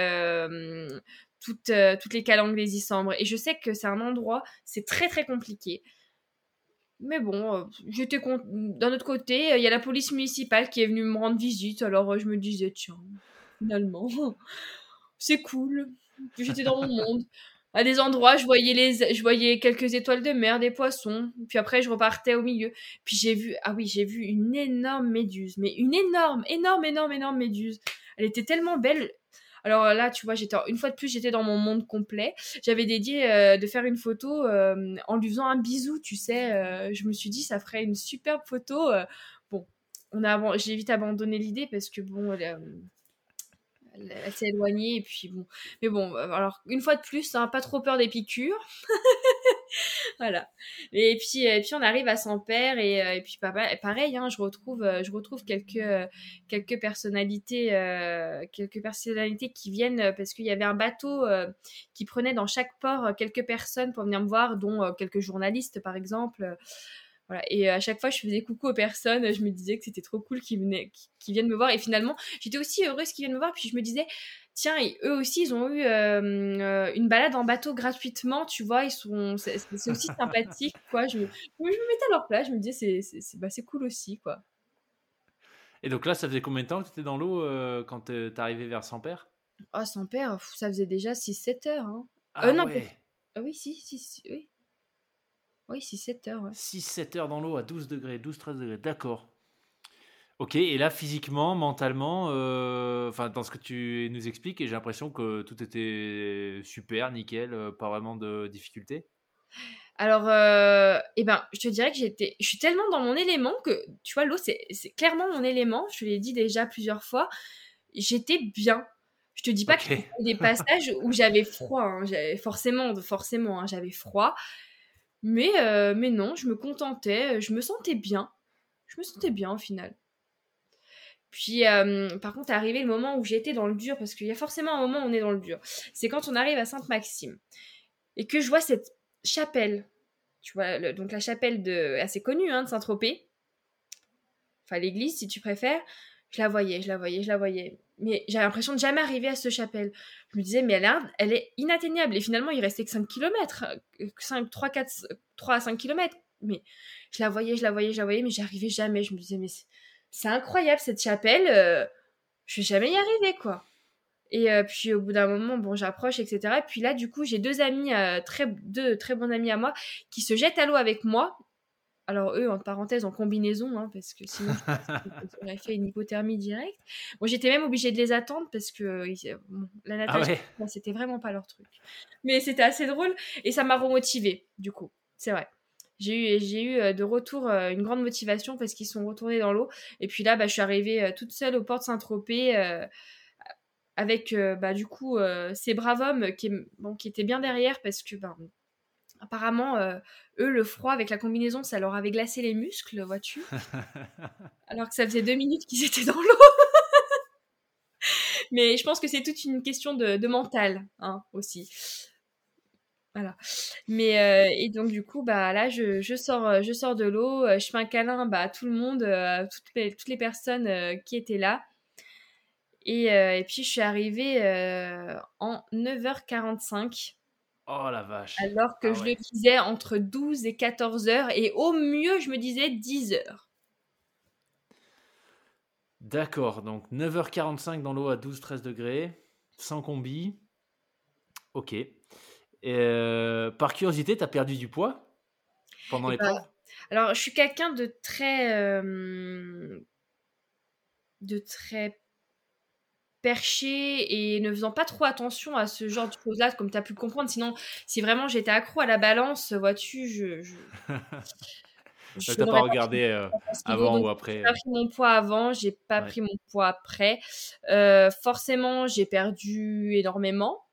Speaker 1: toutes les calanques des Issambres, et je sais que c'est un endroit, c'est très très compliqué. Mais bon, d'un autre côté, il y a la police municipale qui est venue me rendre visite, alors je me disais, tiens, finalement, c'est cool. J'étais dans mon monde. À des endroits, je voyais quelques étoiles de mer, des poissons. Puis après, je repartais au milieu. Puis j'ai vu une énorme méduse. Mais une énorme, énorme, énorme, énorme méduse. Elle était tellement belle. Alors là, tu vois, une fois de plus, j'étais dans mon monde complet. J'avais dédié de faire une photo en lui faisant un bisou, tu sais. Je me suis dit, ça ferait une superbe photo. Bon, j'ai vite abandonné l'idée parce que bon, elle s'est éloignée et puis bon. Mais bon, alors une fois de plus, hein, pas trop peur des piqûres. Voilà. Et puis on arrive à Saint-Père et puis pareil, hein, je retrouve quelques personnalités qui viennent parce qu'il y avait un bateau qui prenait dans chaque port quelques personnes pour venir me voir, dont quelques journalistes par exemple. Voilà. Et à chaque fois, je faisais coucou aux personnes. Je me disais que c'était trop cool qu'ils viennent me voir. Et finalement, j'étais aussi heureuse qu'ils viennent me voir. Puis je me disais, tiens, eux aussi, ils ont eu une balade en bateau gratuitement. Tu vois, c'est aussi sympathique, quoi. Je me mettais à leur place. Je me disais, c'est cool aussi, quoi.
Speaker 2: Et donc là, ça faisait combien de temps que tu étais dans l'eau quand t'arrivais vers Saint-Père?
Speaker 1: Ah, sans père, ça faisait déjà 6-7 heures. Hein.
Speaker 2: Ah
Speaker 1: Non,
Speaker 2: ouais,
Speaker 1: ah oui, si, oui. Oui, 6-7 heures, ouais.
Speaker 2: 6-7 heures dans l'eau à 12 degrés, 12-13 degrés, d'accord. Ok, et là, physiquement, mentalement, enfin, dans ce que tu nous expliques, et j'ai l'impression que tout était super, nickel, pas vraiment de difficultés.
Speaker 1: Alors, eh ben, je te dirais que je suis tellement dans mon élément que, tu vois, l'eau, c'est clairement mon élément. Je te l'ai dit déjà plusieurs fois. J'étais bien. Je te dis pas qu'il y
Speaker 2: Ok.
Speaker 1: avait des passages où j'avais froid. Hein. Forcément, hein, j'avais froid. Mais non, je me contentais. Je me sentais bien. Je me sentais bien au final. Puis, par contre, est arrivé le moment où j'étais dans le dur, parce qu'il y a forcément un moment où on est dans le dur. C'est quand on arrive à Sainte-Maxime et que je vois cette chapelle. Tu vois, donc la chapelle assez connue hein, de Saint-Tropez. Enfin, l'église, si tu préfères. Je la voyais. Mais j'avais l'impression de jamais arriver à cette chapelle. Je me disais, mais elle est inatteignable. Et finalement, il restait que 5 km. 3 à 5 km. Mais je la voyais, mais j'y arrivais jamais. Je me disais, mais c'est incroyable cette chapelle. Je vais jamais y arriver, quoi. Et puis au bout d'un moment, bon, j'approche, etc. Et puis là, du coup, j'ai deux très bons amis à moi qui se jettent à l'eau avec moi. Alors eux, entre parenthèses, en combinaison, hein, parce que sinon, je pense qu'ils auraient fait une hypothermie directe. Bon, j'étais même obligée de les attendre parce que bon, la
Speaker 2: Ah
Speaker 1: natation,
Speaker 2: ouais.
Speaker 1: moi, c'était vraiment pas leur truc. Mais c'était assez drôle et ça m'a remotivée, du coup. C'est vrai. J'ai eu de retour une grande motivation parce qu'ils sont retournés dans l'eau. Et puis là, bah, je suis arrivée toute seule au port de Saint-Tropez avec, bah, du coup, ces braves hommes qui étaient bien derrière parce que, ben, apparemment, eux, le froid avec la combinaison, ça leur avait glacé les muscles, vois-tu. Alors que ça faisait 2 minutes qu'ils étaient dans l'eau. Mais je pense que c'est toute une question de mental, hein, aussi. Voilà. Mais et donc du coup, bah là, je sors de l'eau, je fais un câlin bah, à tout le monde, à toutes les personnes qui étaient là. Et puis je suis arrivée en 9h45.
Speaker 2: Oh la vache.
Speaker 1: Alors que
Speaker 2: Ah
Speaker 1: je le
Speaker 2: ouais.
Speaker 1: disais entre 12 et 14 heures, et au mieux, je me disais 10 heures.
Speaker 2: D'accord, donc 9h45 dans l'eau à 12-13 degrés, sans combi. Ok. Par curiosité, t'as perdu du poids pendant
Speaker 1: Et bah,
Speaker 2: l'épreuve?
Speaker 1: alors, je suis quelqu'un de très perché et ne faisant pas trop attention à ce genre de choses-là, comme tu as pu le comprendre. Sinon, si vraiment j'étais accro à la balance, vois-tu,
Speaker 2: Donc,
Speaker 1: Je
Speaker 2: t'as pas
Speaker 1: n'aurais pas fait
Speaker 2: regardé
Speaker 1: ce niveau,
Speaker 2: avant
Speaker 1: donc
Speaker 2: ou
Speaker 1: j'ai
Speaker 2: après
Speaker 1: pas pris mon poids avant, j'ai pas
Speaker 2: Ouais.
Speaker 1: pris mon poids après. Forcément, j'ai perdu énormément.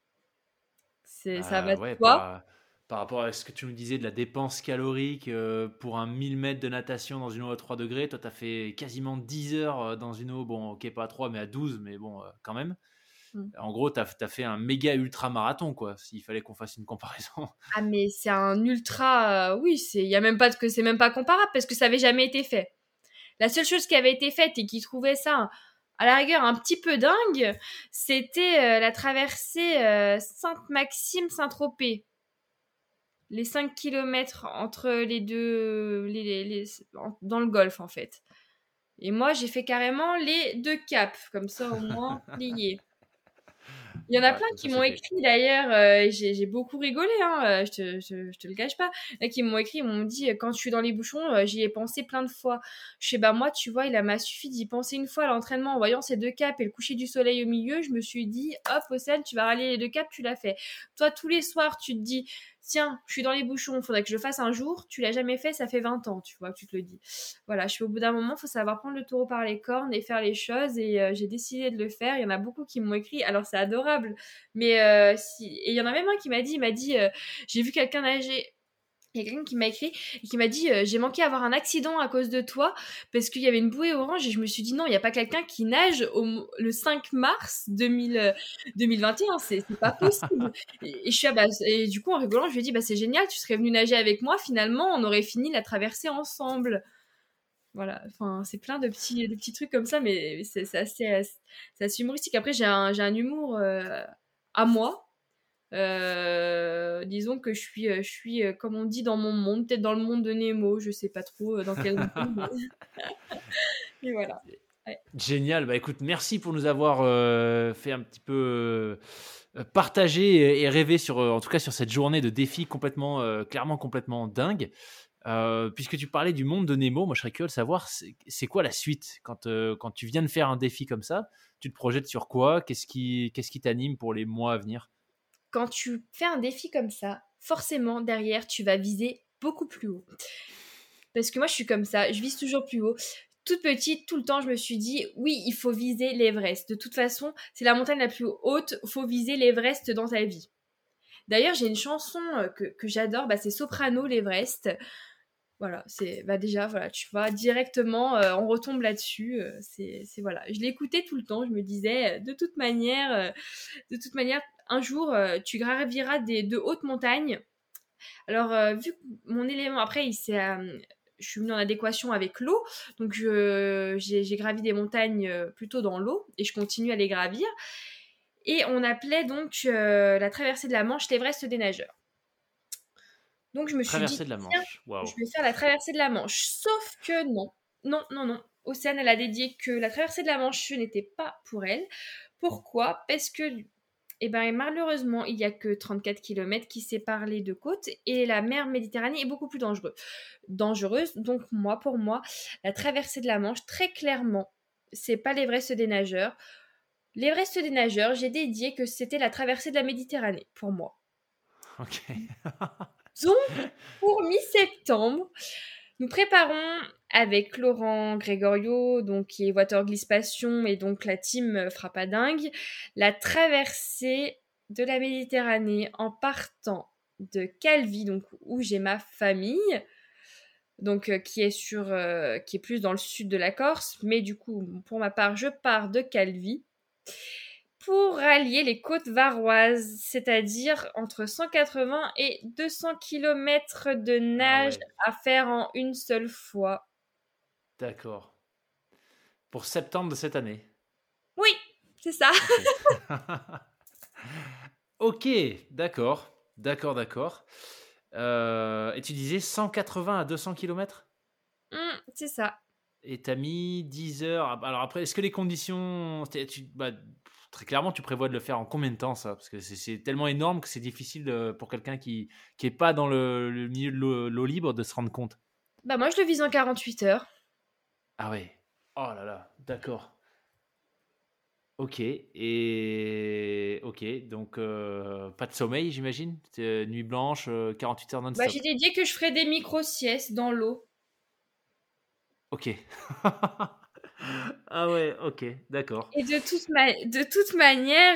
Speaker 1: Ça va
Speaker 2: Bah
Speaker 1: de
Speaker 2: ouais,
Speaker 1: soi.
Speaker 2: par rapport à ce que tu nous disais de la dépense calorique pour un 1000 mètres de natation dans une eau à 3 degrés, toi, tu as fait quasiment 10 heures dans une eau, bon, ok, pas à 3, mais à 12, mais bon, quand même.
Speaker 1: Mmh.
Speaker 2: En gros, tu as fait un méga ultra marathon, quoi, s'il fallait qu'on fasse une comparaison.
Speaker 1: Ah mais c'est un ultra, oui, c'est même pas comparable parce que ça avait jamais été fait. La seule chose qui avait été faite et qui trouvait ça, à la rigueur, un petit peu dingue, c'était la traversée Sainte-Maxime-Saint-Tropez. Les 5 kilomètres entre les deux, dans le golfe en fait. Et moi, j'ai fait carrément les deux caps, comme ça au moins plié. Il y en a
Speaker 2: Ouais,
Speaker 1: plein
Speaker 2: comme ça,
Speaker 1: qui
Speaker 2: c'est
Speaker 1: m'ont
Speaker 2: fait.
Speaker 1: écrit d'ailleurs, j'ai beaucoup rigolé, hein, je te le cache pas. Là, qui m'ont écrit, ils m'ont dit, quand je suis dans les bouchons, j'y ai pensé plein de fois. Je sais, bah moi, tu vois, il m'a suffi d'y penser une fois à l'entraînement en voyant ces deux caps et le coucher du soleil au milieu. Je me suis dit, hop, Océane, tu vas rallier les deux caps, tu l'as fait. Toi, tous les soirs, tu te dis, tiens, je suis dans les bouchons, faudrait que je le fasse un jour. Tu l'as jamais fait, ça fait 20 ans, tu vois, que tu te le dis. Voilà, je suis au bout d'un moment, il faut savoir prendre le taureau par les cornes et faire les choses. Et j'ai décidé de le faire. Il y en a beaucoup qui m'ont écrit. Alors, c'est adorable. Mais si... Et il y en a même un qui m'a dit, j'ai vu quelqu'un nager. Il y a quelqu'un qui m'a écrit et qui m'a dit j'ai manqué avoir un accident à cause de toi parce qu'il y avait une bouée orange et je me suis dit non, il n'y a pas quelqu'un qui nage le 5 mars 2021, c'est pas possible. Et je suis et du coup en rigolant, je lui ai dit bah c'est génial, tu serais venu nager avec moi, finalement on aurait fini la traversée ensemble. Voilà, enfin c'est plein de petits trucs comme ça, mais c'est assez humoristique. Après j'ai un humour à moi. Disons que je suis comme on dit dans mon monde, peut-être dans le monde de Nemo, je sais pas trop dans quel monde, mais voilà. Ouais.
Speaker 2: Génial. Bah écoute, merci pour nous avoir fait un petit peu partager et rêver sur, en tout cas sur cette journée de défi complètement, clairement complètement dingue. Puisque tu parlais du monde de Nemo, moi je serais curieux de savoir c'est quoi la suite quand tu viens de faire un défi comme ça. Tu te projettes sur quoi? Qu'est-ce qui t'anime pour les mois à venir?
Speaker 1: Quand tu fais un défi comme ça, forcément derrière tu vas viser beaucoup plus haut. Parce que moi je suis comme ça, je vise toujours plus haut. Toute petite, tout le temps, je me suis dit, oui, il faut viser l'Everest. De toute façon, c'est la montagne la plus haute, faut viser l'Everest dans ta vie. D'ailleurs, j'ai une chanson que j'adore, bah, c'est Soprano, l'Everest. Voilà, c'est bah déjà voilà, tu vois directement on retombe là-dessus, c'est voilà, je l'écoutais tout le temps, je me disais de toute manière un jour tu graviras de hautes montagnes. Alors vu que mon élément après je suis venue en adéquation avec l'eau, donc j'ai gravi des montagnes plutôt dans l'eau et je continue à les gravir et on appelait donc la traversée de la Manche l'Everest des nageurs. Donc je me suis dit,
Speaker 2: Traversée de la
Speaker 1: tiens,
Speaker 2: Manche. Waouh.
Speaker 1: je vais faire la traversée de la Manche. Sauf que non, non, non, non. Océane, elle a dédié que la traversée de la Manche, ce n'était pas pour elle. Pourquoi? Parce que, eh ben, malheureusement, il n'y a que 34 kilomètres qui séparent les deux côtes et la mer Méditerranée est beaucoup plus dangereuse. Donc moi, pour moi, la traversée de la Manche, très clairement, c'est pas l'Everest des nageurs. L'Everest des nageurs, j'ai dédié que c'était la traversée de la Méditerranée, pour moi.
Speaker 2: Ok.
Speaker 1: Donc, pour mi-septembre, nous préparons avec Laurent Grégorio, donc qui est Watergliss Passion et donc la team Frappadingue, la traversée de la Méditerranée en partant de Calvi, donc où j'ai ma famille, donc qui est plus dans le sud de la Corse, mais du coup pour ma part je pars de Calvi pour rallier les côtes varoises, c'est-à-dire entre 180 et 200 kilomètres de
Speaker 2: Ah
Speaker 1: nage
Speaker 2: ouais,
Speaker 1: à faire en une seule fois.
Speaker 2: d'accord. Pour septembre de cette année.
Speaker 1: Oui, c'est ça.
Speaker 2: Ok. Ok, d'accord. D'accord, d'accord. Et tu disais 180 à 200 kilomètres.
Speaker 1: C'est ça.
Speaker 2: Et tu as mis 10 heures. Alors après, est-ce que les conditions... très clairement, tu prévois de le faire en combien de temps, ça? Parce que c'est tellement énorme que c'est difficile pour quelqu'un qui est pas dans le milieu de l'eau libre de se rendre compte.
Speaker 1: Bah moi je le vise en 48 heures.
Speaker 2: Ah ouais. Oh là là, d'accord. Ok. Et... Ok, donc pas de sommeil, j'imagine? Nuit blanche, 48 heures
Speaker 1: Bah
Speaker 2: non-stop.
Speaker 1: j'ai dédié que je ferais des micro-siestes dans l'eau.
Speaker 2: Ok. Ah ouais, ok, d'accord.
Speaker 1: Et de toute manière,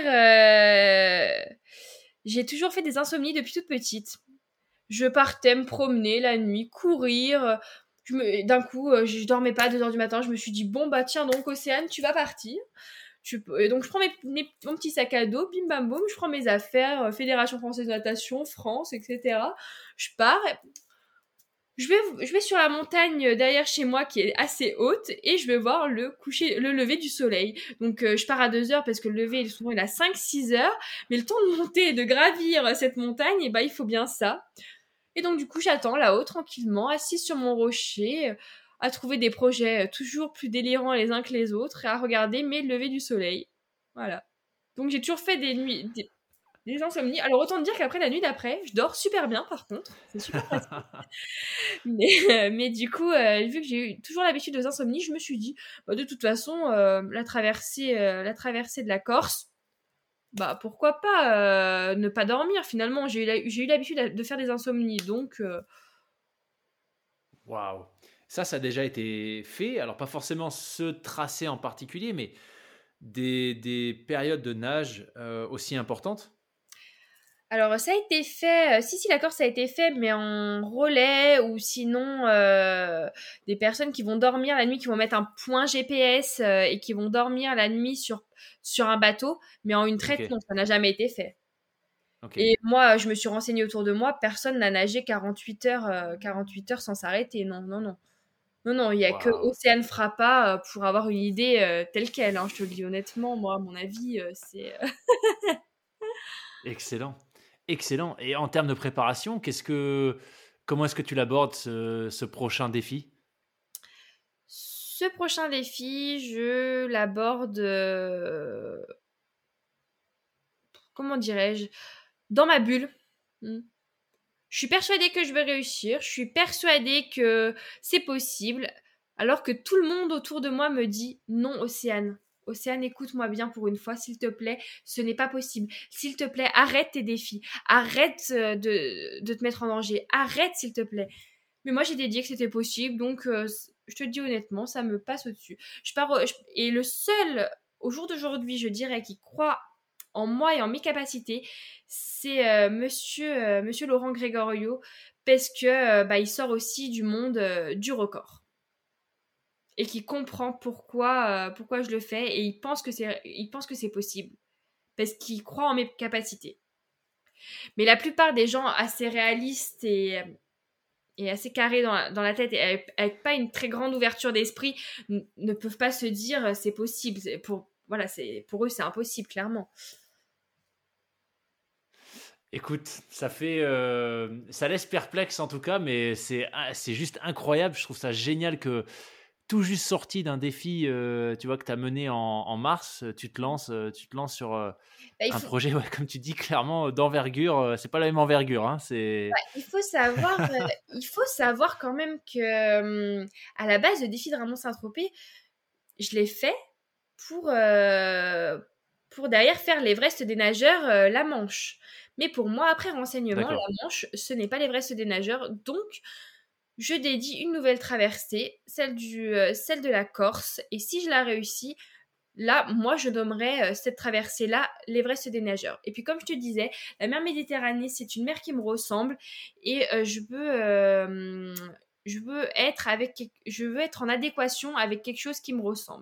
Speaker 1: j'ai toujours fait des insomnies depuis toute petite. Je partais me promener la nuit, courir. D'un coup, je dormais pas à 2 heures du matin. Je me suis dit, bon, bah tiens, donc Océane, tu vas partir. Et donc, je prends mon petit sac à dos, bim bam boum, je prends mes affaires, Fédération française de natation, France, etc. Je pars. Je vais sur la montagne derrière chez moi qui est assez haute et je vais voir le lever du soleil. Donc je pars à 2 heures parce que le lever souvent il a 5-6 heures, mais le temps de monter et de gravir cette montagne, et bah il faut bien ça. Et donc du coup j'attends là-haut tranquillement, assise sur mon rocher, à trouver des projets toujours plus délirants les uns que les autres et à regarder mes levées du soleil. Voilà. Donc j'ai toujours fait des insomnies. Alors autant te dire qu'après la nuit d'après, je dors super bien par contre, c'est super pratique. Mais du coup, vu que j'ai eu toujours l'habitude aux insomnies, je me suis dit, bah, de toute façon, la traversée de la Corse, bah pourquoi pas ne pas dormir finalement. J'ai eu l'habitude de faire des insomnies, donc
Speaker 2: Waouh. Ça a déjà été fait. Alors, pas forcément ce tracé en particulier, mais des périodes de nage aussi importantes.
Speaker 1: alors ça a été fait, si la Corse a été fait, mais en relais ou sinon des personnes qui vont dormir la nuit, qui vont mettre un point GPS et qui vont dormir la nuit sur un bateau, mais en une
Speaker 2: Ok,
Speaker 1: traite, non, ça n'a jamais été fait.
Speaker 2: ok.
Speaker 1: Et moi, je me suis renseignée autour de moi, personne n'a nagé 48 heures sans s'arrêter. Non, non, non. Non, non, il y a que
Speaker 2: Waouh.
Speaker 1: Océane Frappa pour avoir une idée telle quelle, hein, je te le dis honnêtement. Moi, à mon avis, c'est
Speaker 2: Excellent. Excellent. Et en termes de préparation, comment est-ce que tu l'abordes, ce prochain défi?
Speaker 1: ce prochain défi, je l'aborde, comment dirais-je, dans ma bulle. Hmm. Je suis persuadée que je vais réussir. Je suis persuadée que c'est possible. Alors que tout le monde autour de moi me dit non, Océane. Océane, écoute-moi bien pour une fois, s'il te plaît. Ce n'est pas possible. S'il te plaît, arrête tes défis. Arrête de te mettre en danger. Arrête, s'il te plaît. Mais moi, j'ai dit que c'était possible. Donc, je te dis honnêtement, ça me passe au-dessus. Et le seul, au jour d'aujourd'hui, je dirais, qui croit en moi et en mes capacités, c'est monsieur Laurent Gregorio, parce que bah, il sort aussi du monde du record et qui comprend pourquoi je le fais, et il pense que c'est possible parce qu'il croit en mes capacités. Mais la plupart des gens assez réalistes et assez carrés dans la tête et avec pas une très grande ouverture d'esprit ne peuvent pas se dire c'est possible. Pour eux c'est impossible clairement.
Speaker 2: Écoute, ça laisse perplexe en tout cas, mais c'est juste incroyable. Je trouve ça génial que tout juste sorti d'un défi, tu vois, que tu as mené en mars, tu te lances sur
Speaker 1: Bah,
Speaker 2: un projet, ouais, comme tu dis, clairement d'envergure. C'est pas la même envergure, hein,
Speaker 1: il faut savoir quand même que à la base le défi de Ramon Saint-Tropez, je l'ai fait pour pour derrière faire l'Everest des nageurs, la Manche. Mais pour moi, après renseignement, la
Speaker 2: D'accord.
Speaker 1: Manche, ce n'est pas l'Everest des nageurs, donc je dédie une nouvelle traversée, celle de la Corse. Et si je la réussis, là, moi, je nommerais cette traversée-là l'Everest des nageurs. Et puis, comme je te disais, la mer Méditerranée, c'est une mer qui me ressemble et je veux être en adéquation avec quelque chose qui me ressemble.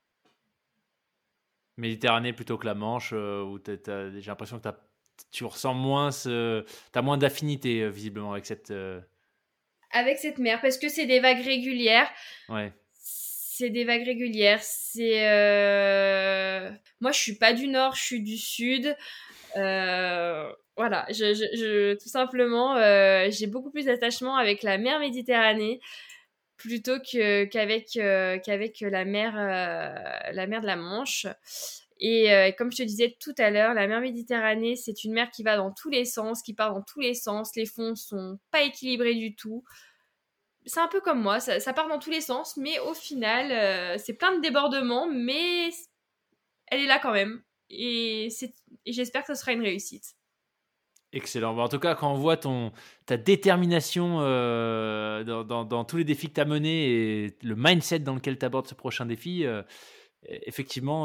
Speaker 2: Méditerranée plutôt que la Manche, où j'ai l'impression que tu ressens moins t'as moins d'affinité visiblement avec cette.
Speaker 1: Avec cette mer, parce que c'est des vagues régulières.
Speaker 2: Ouais.
Speaker 1: C'est des vagues régulières. Moi, je suis pas du nord, je suis du sud. Voilà, tout simplement, j'ai beaucoup plus d'attachement avec la mer Méditerranée plutôt qu'avec la mer de la Manche. Et comme je te disais tout à l'heure, la mer Méditerranée, c'est une mer qui va dans tous les sens, qui part dans tous les sens. Les fonds sont pas équilibrés du tout. C'est un peu comme moi, ça part dans tous les sens, mais au final, c'est plein de débordements, mais elle est là quand même. Et j'espère que ce sera une réussite.
Speaker 2: Excellent. En tout cas, quand on voit ta détermination dans tous les défis que tu as menés et le mindset dans lequel tu abordes ce prochain défi, effectivement,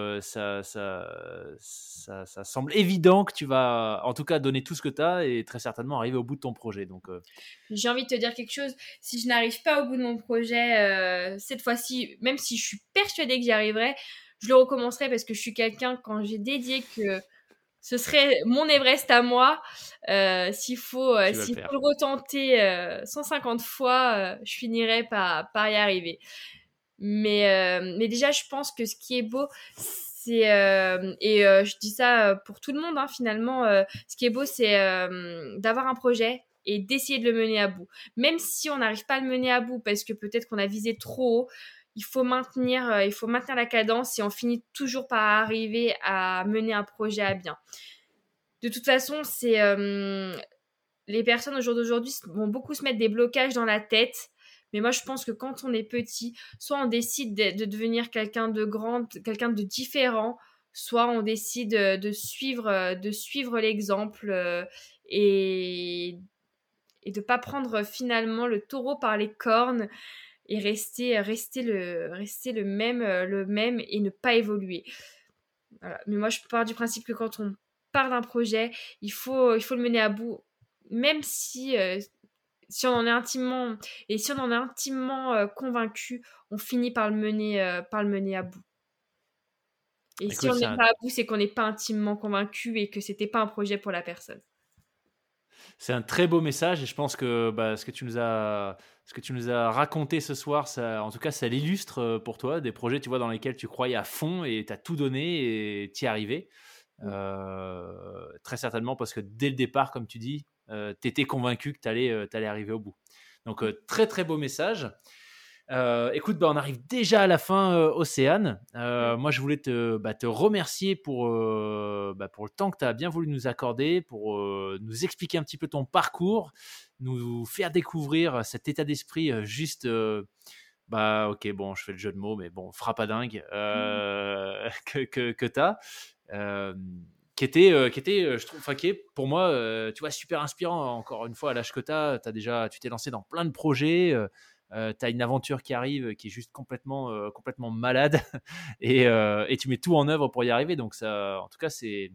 Speaker 2: ça semble évident que tu vas, en tout cas, donner tout ce que tu as et très certainement arriver au bout de ton projet. Donc,
Speaker 1: J'ai envie de te dire quelque chose. Si je n'arrive pas au bout de mon projet, cette fois-ci, même si je suis persuadée que j'y arriverai, je le recommencerai parce que je suis quelqu'un, quand j'ai dédié que ce serait mon Everest à moi, s'il faut le retenter 150 fois, je finirai par y arriver. Mais déjà, je pense que ce qui est beau, c'est je dis ça pour tout le monde finalement, ce qui est beau, c'est d'avoir un projet et d'essayer de le mener à bout. Même si on n'arrive pas à le mener à bout parce que peut-être qu'on a visé trop haut, il faut maintenir la cadence et on finit toujours par arriver à mener un projet à bien. De toute façon, les personnes au jour d'aujourd'hui vont beaucoup se mettre des blocages dans la tête. Mais moi, je pense que quand on est petit, soit on décide de devenir quelqu'un de grand, quelqu'un de différent, soit on décide de suivre l'exemple et de pas prendre finalement le taureau par les cornes et rester le même et ne pas évoluer. Voilà. Mais moi, je pars du principe que quand on part d'un projet, il faut le mener à bout, même si on en est intimement convaincu, on finit par le mener à bout. Et si on n'est pas à bout, c'est qu'on n'est pas intimement convaincu et que c'était pas un projet pour la personne.
Speaker 2: C'est un très beau message et je pense que ce que tu nous as raconté ce soir, en tout cas, ça l'illustre pour toi, des projets dans lesquels tu croyais à fond et tu as tout donné et tu y es arrivé. Très certainement parce que dès le départ, comme tu dis, tu étais convaincu que tu allais arriver au bout. Donc, très très beau message. Écoute, on arrive déjà à la fin, Océane. Moi, je voulais te remercier pour le temps que tu as bien voulu nous accorder, pour nous expliquer un petit peu ton parcours, nous faire découvrir cet état d'esprit juste... ok, bon, je fais le jeu de mots, mais bon, frappadingue que tu as. Qui était, je trouve, qui est pour moi, tu vois, super inspirant. Encore une fois, à l'âge que tu t'es lancé dans plein de projets. Tu as une aventure qui arrive qui est juste complètement malade et tu mets tout en œuvre pour y arriver. Donc, ça, en tout cas, c'est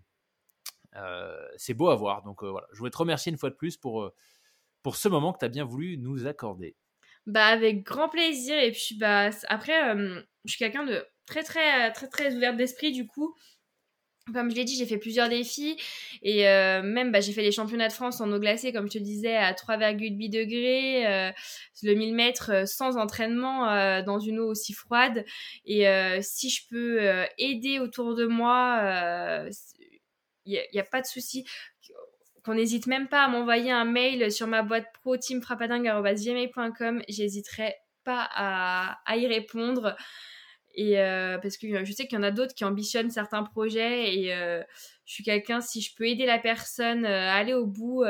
Speaker 2: beau à voir. Donc, voilà, je voulais te remercier une fois de plus pour ce moment que tu as bien voulu nous accorder.
Speaker 1: Avec grand plaisir. Et puis, après, je suis quelqu'un de très, très, très, très ouverte d'esprit, du coup. Comme je l'ai dit, j'ai fait plusieurs défis et même j'ai fait les championnats de France en eau glacée, comme je te disais, à 3,8 degrés, le 1000 mètres sans entraînement dans une eau aussi froide. Et si je peux aider autour de moi, il n'y a pas de souci. Qu'on n'hésite même pas à m'envoyer un mail sur ma boîte pro teamfrappadingue@gmail.com. J'hésiterai pas à y répondre. Et parce que je sais qu'il y en a d'autres qui ambitionnent certains projets et je suis quelqu'un, si je peux aider la personne à aller au bout,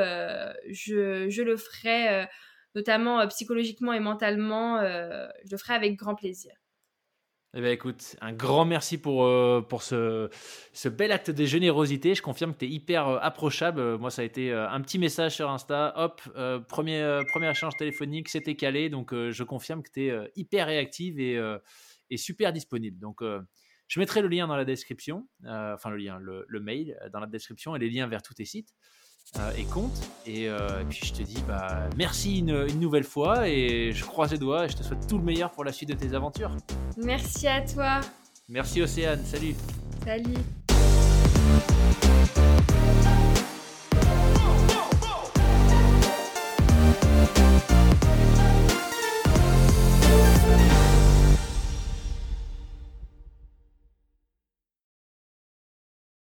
Speaker 1: je le ferai, notamment psychologiquement et mentalement, je le ferai avec grand plaisir.
Speaker 2: Eh bien, écoute, un grand merci pour ce bel acte de générosité. Je confirme que tu es hyper approchable. Moi, ça a été un petit message sur Insta. Hop, premier échange téléphonique, c'était calé. Donc, je confirme que tu es hyper réactive et super disponible. Donc, je mettrai le lien dans la description, le mail dans la description et les liens vers tous tes sites et comptes. Et puis, je te dis merci une nouvelle fois et je croise les doigts et je te souhaite tout le meilleur pour la suite de tes aventures.
Speaker 1: Merci à toi.
Speaker 2: Merci Océane, salut.
Speaker 1: Salut.